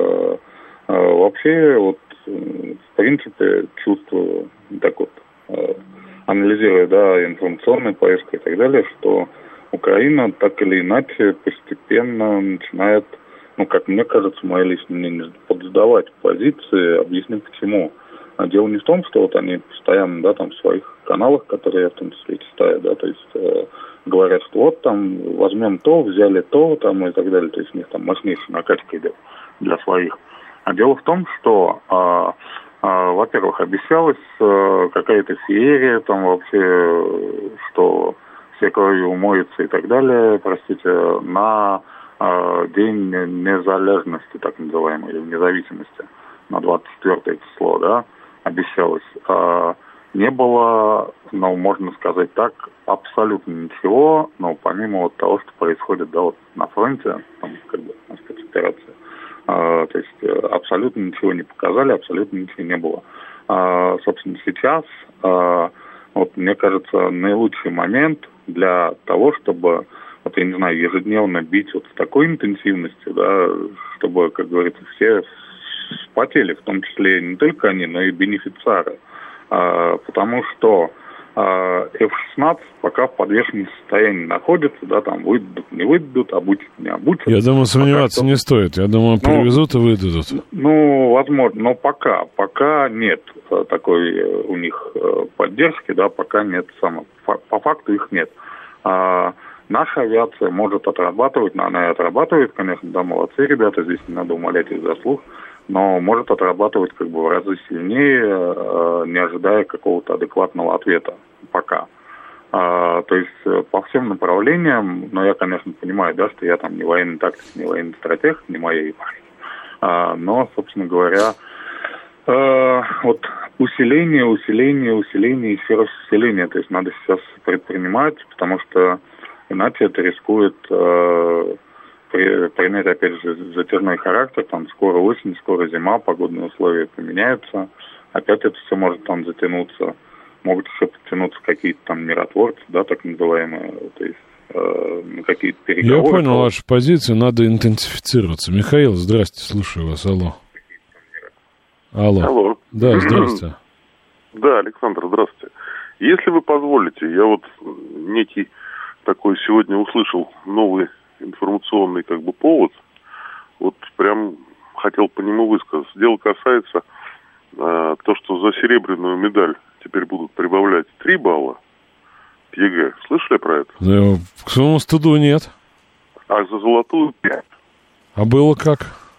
Вообще, вот, в принципе, чувствую так вот, анализируя, да, информационную повестку и так далее, что Украина так или иначе постепенно начинает, ну, как мне кажется, мое личное мнение, подсдавать позиции, объясню почему. А дело не в том, что вот они постоянно, да, там в своих каналах, которые я в том числе читаю, да, то есть э, говорят, что вот там возьмем то, взяли то, там и так далее, то есть у них там мощнейшая накачка идет для своих. А дело в том, что э, Во-первых, обещалась какая-то феерия, там вообще, что все кровью умоются и так далее, простите, на День незалежности, так называемой, или независимости, на двадцать четвёртое число, да, обещалось. Не было, ну, можно сказать так, абсолютно ничего, ну, помимо вот того, что происходит, да, вот на фронте, там, как бы, на спецоперации. А, то есть абсолютно ничего не показали, абсолютно ничего не было. А, собственно, сейчас, а, вот, мне кажется, наилучший момент для того, чтобы, вот, я не знаю, ежедневно бить вот с такой интенсивностью, да, чтобы, как говорится, все вспотели, в том числе не только они, но и бенефициары. А, потому что а, эф шестнадцать пока в подвешенном состоянии находится, да, там выдадут, не выдадут, обучат, не обучат. Я думаю, сомневаться а не стоит. Я думаю, ну, привезут и выдадут. Ну, возможно, но пока, пока нет такой у них поддержки, да, пока нет, само, по факту их нет. А, наша авиация может отрабатывать, но она и отрабатывает, конечно, да, молодцы ребята, здесь не надо умалять их заслуг, но может отрабатывать как бы в разы сильнее, не ожидая какого-то адекватного ответа пока. А, то есть по всем направлениям, но я, конечно, понимаю, да, что я там не военный тактик, не военный стратег, не моя епархия. А, но, собственно говоря, а, вот усиление, усиление, усиление, еще раз усиление, то есть надо сейчас предпринимать, потому что иначе это рискует а, принять, опять же, затяжной характер, там скоро осень, скоро зима, погодные условия поменяются, опять это все может там затянуться, могут еще подтянуться какие-то там миротворцы, да, так называемые, то есть э, какие-то переговоры. Я понял вашу позицию, надо интенсифицироваться. Михаил, здрасте, слушаю вас, алло. Алло. Алло. Да, здрасте. Да, Александр, здравствуйте. Если вы позволите, я вот некий такой сегодня услышал новый информационный как бы повод, вот прям хотел по нему высказаться. Дело касается э, то, что за серебряную медаль теперь будут прибавлять три балла к ЕГЭ. Слышали про это? Да, к своему стыду нет. А за золотую пять. А было как?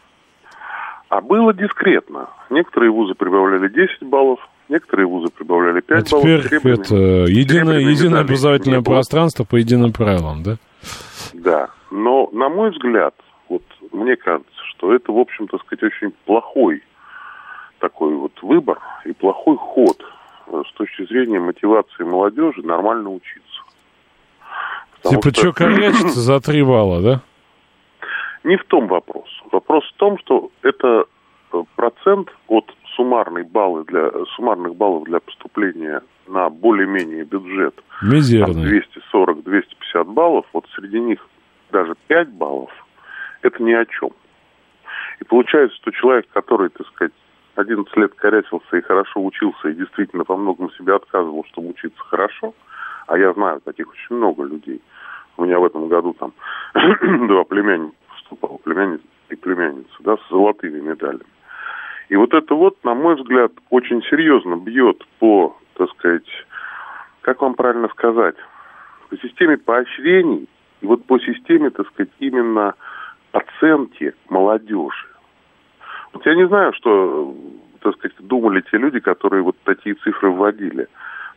А было дискретно. Некоторые вузы прибавляли десять баллов, некоторые вузы прибавляли пять а баллов. Теперь это единое, единое образовательное пространство по единым правилам, да? Да. Но, на мой взгляд, вот мне кажется, что это, в общем-то, сказать, очень плохой такой вот выбор и плохой ход с точки зрения мотивации молодежи нормально учиться. Потому типа, что корячиться за три балла, да? Не в том вопрос. Вопрос в том, что это процент от суммарной баллы для, суммарных баллов для поступления на более-менее бюджет. Мизерный. двести сорок - двести пятьдесят баллов, вот среди них даже пять баллов, это ни о чем. И получается, что человек, который, так сказать, одиннадцать лет корячился и хорошо учился, и действительно по многому себе отказывал, чтобы учиться хорошо, а я знаю таких очень много людей. У меня в этом году там два племянника поступало, племянница и племянница, да, с золотыми медалями. И вот это вот, на мой взгляд, очень серьезно бьет по, так сказать, как вам правильно сказать, по системе поощрений, и вот по системе, так сказать, именно оценки молодежи. Вот я не знаю, что, так сказать, думали те люди, которые вот такие цифры вводили.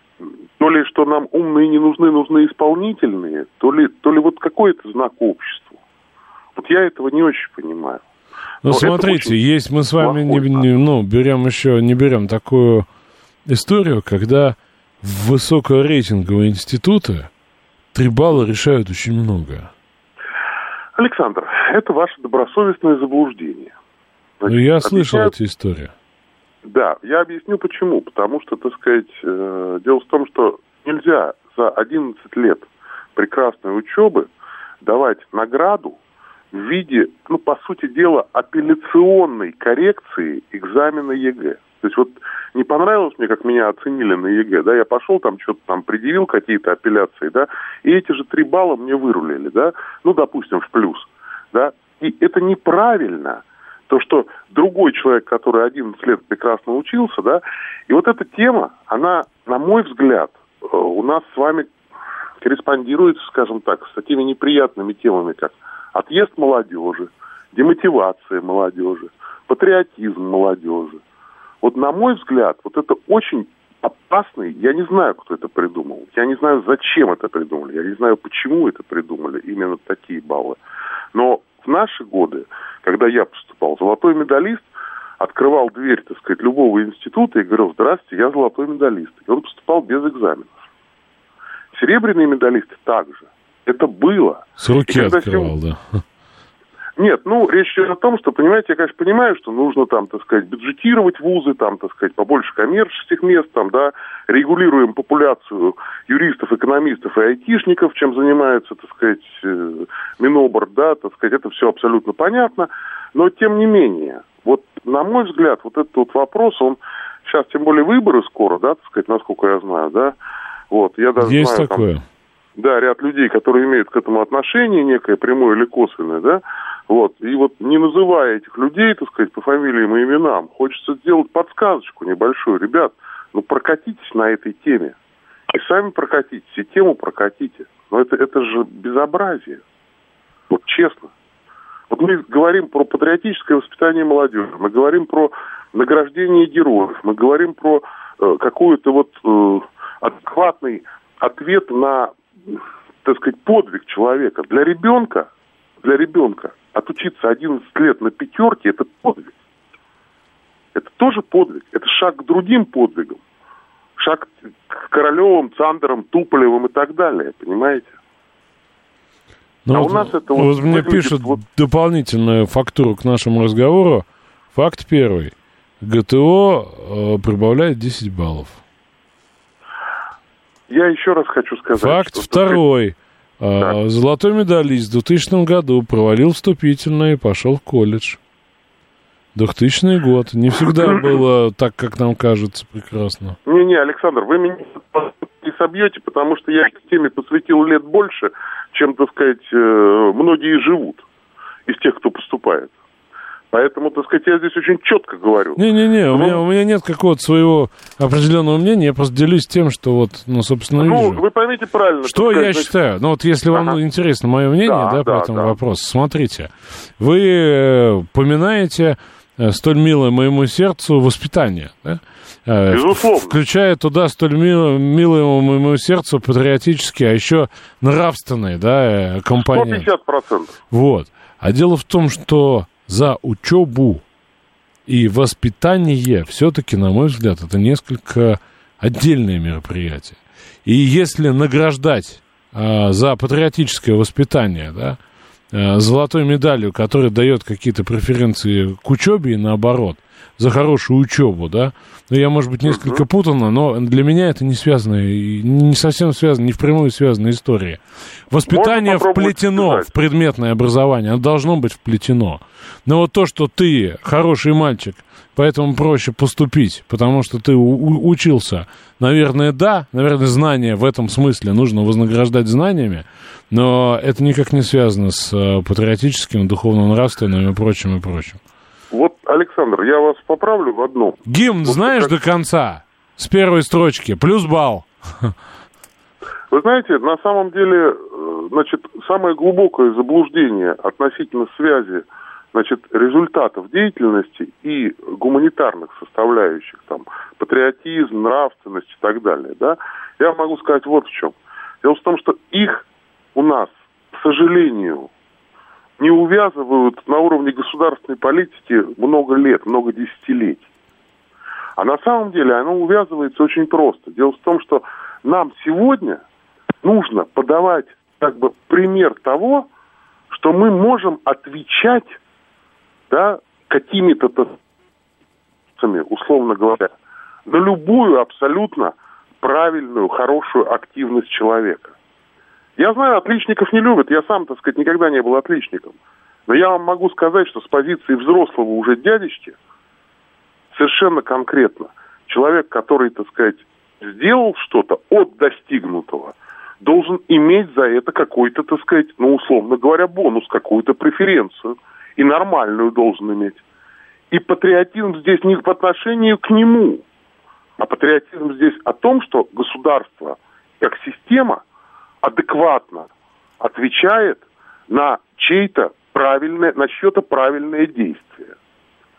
То ли, что нам умные не нужны, нужны исполнительные, то ли, то ли вот какой это знак обществу. Вот я этого не очень понимаю. Ну, смотрите, есть мы с вами не, не, ну, берем еще, не берем такую историю, когда высокорейтинговые институты три балла решают очень много. Александр, это ваше добросовестное заблуждение. Значит, ну, я слышал объясняют... эти истории. Да, я объясню почему. Потому что, так сказать, э, дело в том, что нельзя за одиннадцать лет прекрасной учебы давать награду в виде, ну, по сути дела, апелляционной коррекции экзамена ЕГЭ. То есть вот не понравилось мне, как меня оценили на ЕГЭ, да, я пошел там, что-то там предъявил, какие-то апелляции, да, и эти же три балла мне вырулили, да, ну, допустим, в плюс, да, и это неправильно, то, что другой человек, который одиннадцать лет прекрасно учился, да, и вот эта тема, она, на мой взгляд, у нас с вами корреспондирует, скажем так, с такими неприятными темами, как отъезд молодежи, демотивация молодежи, патриотизм молодежи. Вот на мой взгляд, вот это очень опасный, я не знаю, кто это придумал, я не знаю, зачем это придумали, я не знаю, почему это придумали, именно такие баллы. Но в наши годы, когда я поступал, золотой медалист открывал дверь, так сказать, любого института и говорил: здравствуйте, я золотой медалист. И он поступал без экзаменов. Серебряные медалисты также. Это было. С руки открывал, сегодня... да. Нет, ну, речь идет о том, что, понимаете, я, конечно, понимаю, что нужно там, так сказать, бюджетировать вузы, там, так сказать, побольше коммерческих мест, там, да, регулируем популяцию юристов, экономистов и айтишников, чем занимается, так сказать, Минобр, да, так сказать, это все абсолютно понятно, но, тем не менее, вот, на мой взгляд, вот этот вот вопрос, он, сейчас, тем более, выборы скоро, да, так сказать, насколько я знаю, да, вот, я даже Есть знаю, такое. Там, да, ряд людей, которые имеют к этому отношение, некое прямое или косвенное, да, вот, и вот не называя этих людей, так сказать, по фамилиям и именам, хочется сделать подсказочку небольшую. Ребят, ну прокатитесь на этой теме. И сами прокатитесь, и тему прокатите. Но это, это же безобразие. Вот честно. Вот мы говорим про патриотическое воспитание молодежи, мы говорим про награждение героев, мы говорим про э, какой-то вот э, адекватный ответ на, так сказать, подвиг человека. Для ребенка, для ребенка отучиться одиннадцать лет на пятерке – это подвиг. Это тоже подвиг. Это шаг к другим подвигам. Шаг к Королевым, Цандерам, Туполевым и так далее. Понимаете? Ну, а вот, у нас это вот, вот... мне выглядит пишут вот... дополнительную фактуру к нашему разговору. Факт первый. ГТО э, прибавляет десять баллов. Я еще раз хочу сказать... Факт что... второй. Да. Золотой медалист в двухтысячном году провалил вступительное и пошел в колледж. двухтысячный год. Не всегда было так, как нам кажется, прекрасно. Не-не, Александр, вы меня не собьете, потому что я к теме посвятил лет больше, чем, так сказать, многие живут из тех, кто поступает. Поэтому, так сказать, я здесь очень четко говорю. Не-не-не, ну, у, меня, у меня нет какого-то своего определенного мнения, я просто делюсь тем, что вот, ну, собственно, ну, вижу. вы поймите правильно. Что сказать, я значит... считаю? Ну, вот если вам ага. интересно мое мнение, да, да, по да, этому да. вопросу, смотрите. Вы э, поминаете э, столь милое моему сердцу воспитание, да? Э, Безусловно. Включая туда столь милое, милое моему сердцу патриотические, а еще нравственные, да, э, компоненты. сто пятьдесят процентов. Вот. А дело в том, что за учебу и воспитание все-таки, на мой взгляд, это несколько отдельное мероприятие. И если награждать а, за патриотическое воспитание, да, а, золотой медалью, которая дает какие-то преференции к учебе и наоборот, за хорошую учебу, да, ну, я, может быть, несколько путано, но для меня это не связано, не совсем связано, не впрямую связана история. Воспитание вплетено в предметное образование, оно должно быть вплетено. Но вот то, что ты хороший мальчик, поэтому проще поступить, потому что ты у- учился, наверное, да, наверное, знания в этом смысле нужно вознаграждать знаниями, но это никак не связано с патриотическим, духовно-нравственным и прочим, и прочим. Вот, Александр, я вас поправлю в одном. Гимн вот знаешь как... до конца, с первой строчки, плюс балл. Вы знаете, на самом деле, значит, самое глубокое заблуждение относительно связи, значит, результатов деятельности и гуманитарных составляющих, там, патриотизм, нравственность и так далее, да, я могу сказать вот в чем. Дело в том, что их у нас, к сожалению, не увязывают на уровне государственной политики много лет, много десятилетий. А на самом деле оно увязывается очень просто. Дело в том, что нам сегодня нужно подавать как бы пример того, что мы можем отвечать, да, какими-то, условно говоря, на любую абсолютно правильную, хорошую активность человека. Я знаю, отличников не любят, я сам, так сказать, никогда не был отличником. Но я вам могу сказать, что с позиции взрослого уже дядечки, совершенно конкретно, человек, который, так сказать, сделал что-то от достигнутого, должен иметь за это какой-то, так сказать, ну, условно говоря, бонус, какую-то преференцию. И нормальную должен иметь. И патриотизм здесь не по отношению к нему, а патриотизм здесь о том, что государство как система адекватно отвечает на чьи-то правильное, на чье-то правильное действие.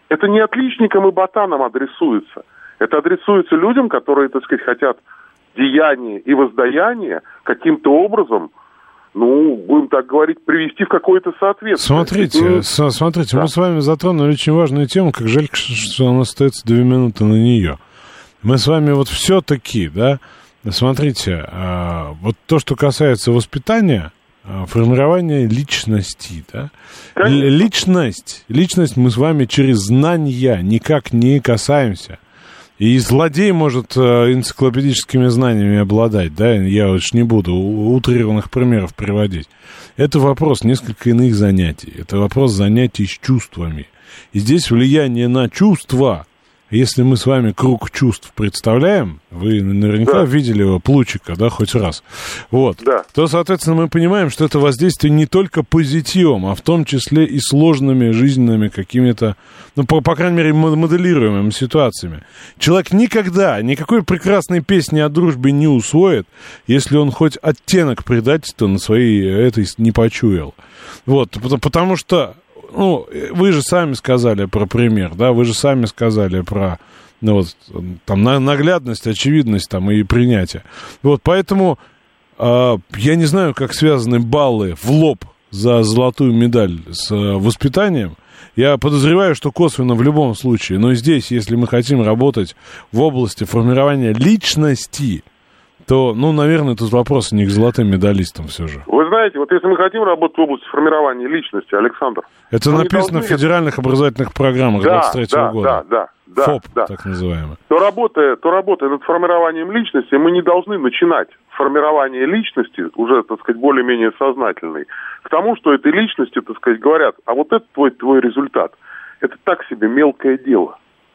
Это не отличникам и ботанам адресуется. Это адресуется людям, которые, так сказать, хотят деяния и воздаяния каким-то образом, ну, будем так говорить, привести в какое-то соответствие. Смотрите, ну, с- смотрите, да. Мы с вами затронули очень важную тему, как жаль, что у нас остается две минуты на нее. Мы с вами вот все-таки, да, смотрите, а, вот то, что касается воспитания, а, формирования личности, да, Л- личность, личность мы с вами через знания никак не касаемся. И злодей может э, энциклопедическими знаниями обладать, да, я уж не буду утрированных примеров приводить. Это вопрос несколько иных занятий, это вопрос занятий с чувствами. И здесь влияние на чувства, если мы с вами круг чувств представляем, вы наверняка да. видели его, Плучика, да, хоть раз, вот, да. то, соответственно, мы понимаем, что это воздействие не только позитивом, а в том числе и сложными жизненными какими-то, ну, по, по крайней мере, моделируемыми ситуациями. Человек никогда никакой прекрасной песни о дружбе не усвоит, если он хоть оттенок предательства на своей этой не почуял. Вот, потому что ну, вы же сами сказали про пример, да, вы же сами сказали про, ну, вот, там, наглядность, очевидность, там, и принятие. Вот, поэтому э, я не знаю, как связаны баллы в лоб за золотую медаль с э, воспитанием. Я подозреваю, что косвенно в любом случае, но здесь, если мы хотим работать в области формирования личности, то, ну, наверное, тут вопрос не к золотым медалистам все же. Вы знаете, вот если мы хотим работать в области формирования личности, Александр... Это написано должны... в федеральных образовательных программах да, двадцать третьего да, года. Да, да, ФОП, да. так называемый. То работая, то работая над формированием личности, мы не должны начинать формирование личности, уже, так сказать, более-менее сознательной, к тому, что этой личности, так сказать, говорят, а вот это твой, твой результат, это так себе мелкое дело.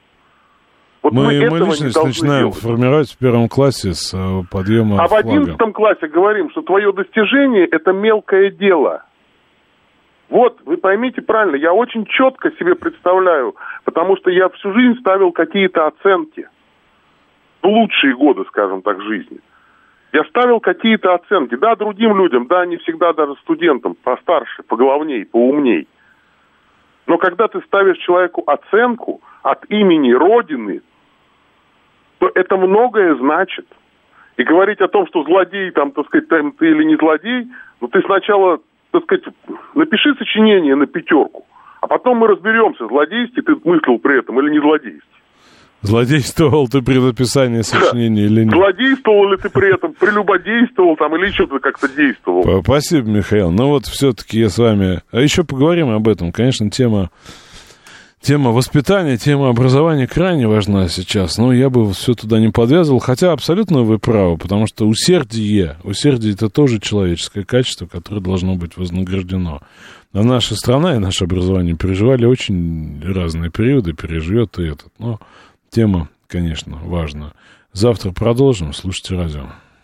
Вот мы, мы, мы личность начинаем делать. формировать в первом классе с uh, подъема А флага. В одиннадцатом классе говорим, что твое достижение – это мелкое дело. Вот, вы поймите правильно, я очень четко себе представляю, потому что я всю жизнь ставил какие-то оценки. В лучшие годы, скажем так, жизни. Я ставил какие-то оценки. Да, другим людям, да, не всегда даже студентам, постарше, поглавней, поумней. Но когда ты ставишь человеку оценку от имени Родины, то это многое значит. И говорить о том, что злодей, там, так сказать, ты или не злодей, ну ты сначала, так сказать, напиши сочинение на пятерку, а потом мы разберемся, злодействие ты мыслил при этом или не злодействие. Злодействовал ты при написании сочинения да. или нет? Злодействовал ли ты при этом, прелюбодействовал там или что-то как-то действовал? Спасибо, Михаил. Ну вот все-таки я с вами... А еще поговорим об этом. Конечно, тема... Тема воспитания, тема образования крайне важна сейчас, но я бы все туда не подвязывал, хотя абсолютно вы правы, потому что усердие, усердие это тоже человеческое качество, которое должно быть вознаграждено. А наша страна и наше образование переживали очень разные периоды, переживет и этот, но тема, конечно, важна. Завтра продолжим, слушайте радио.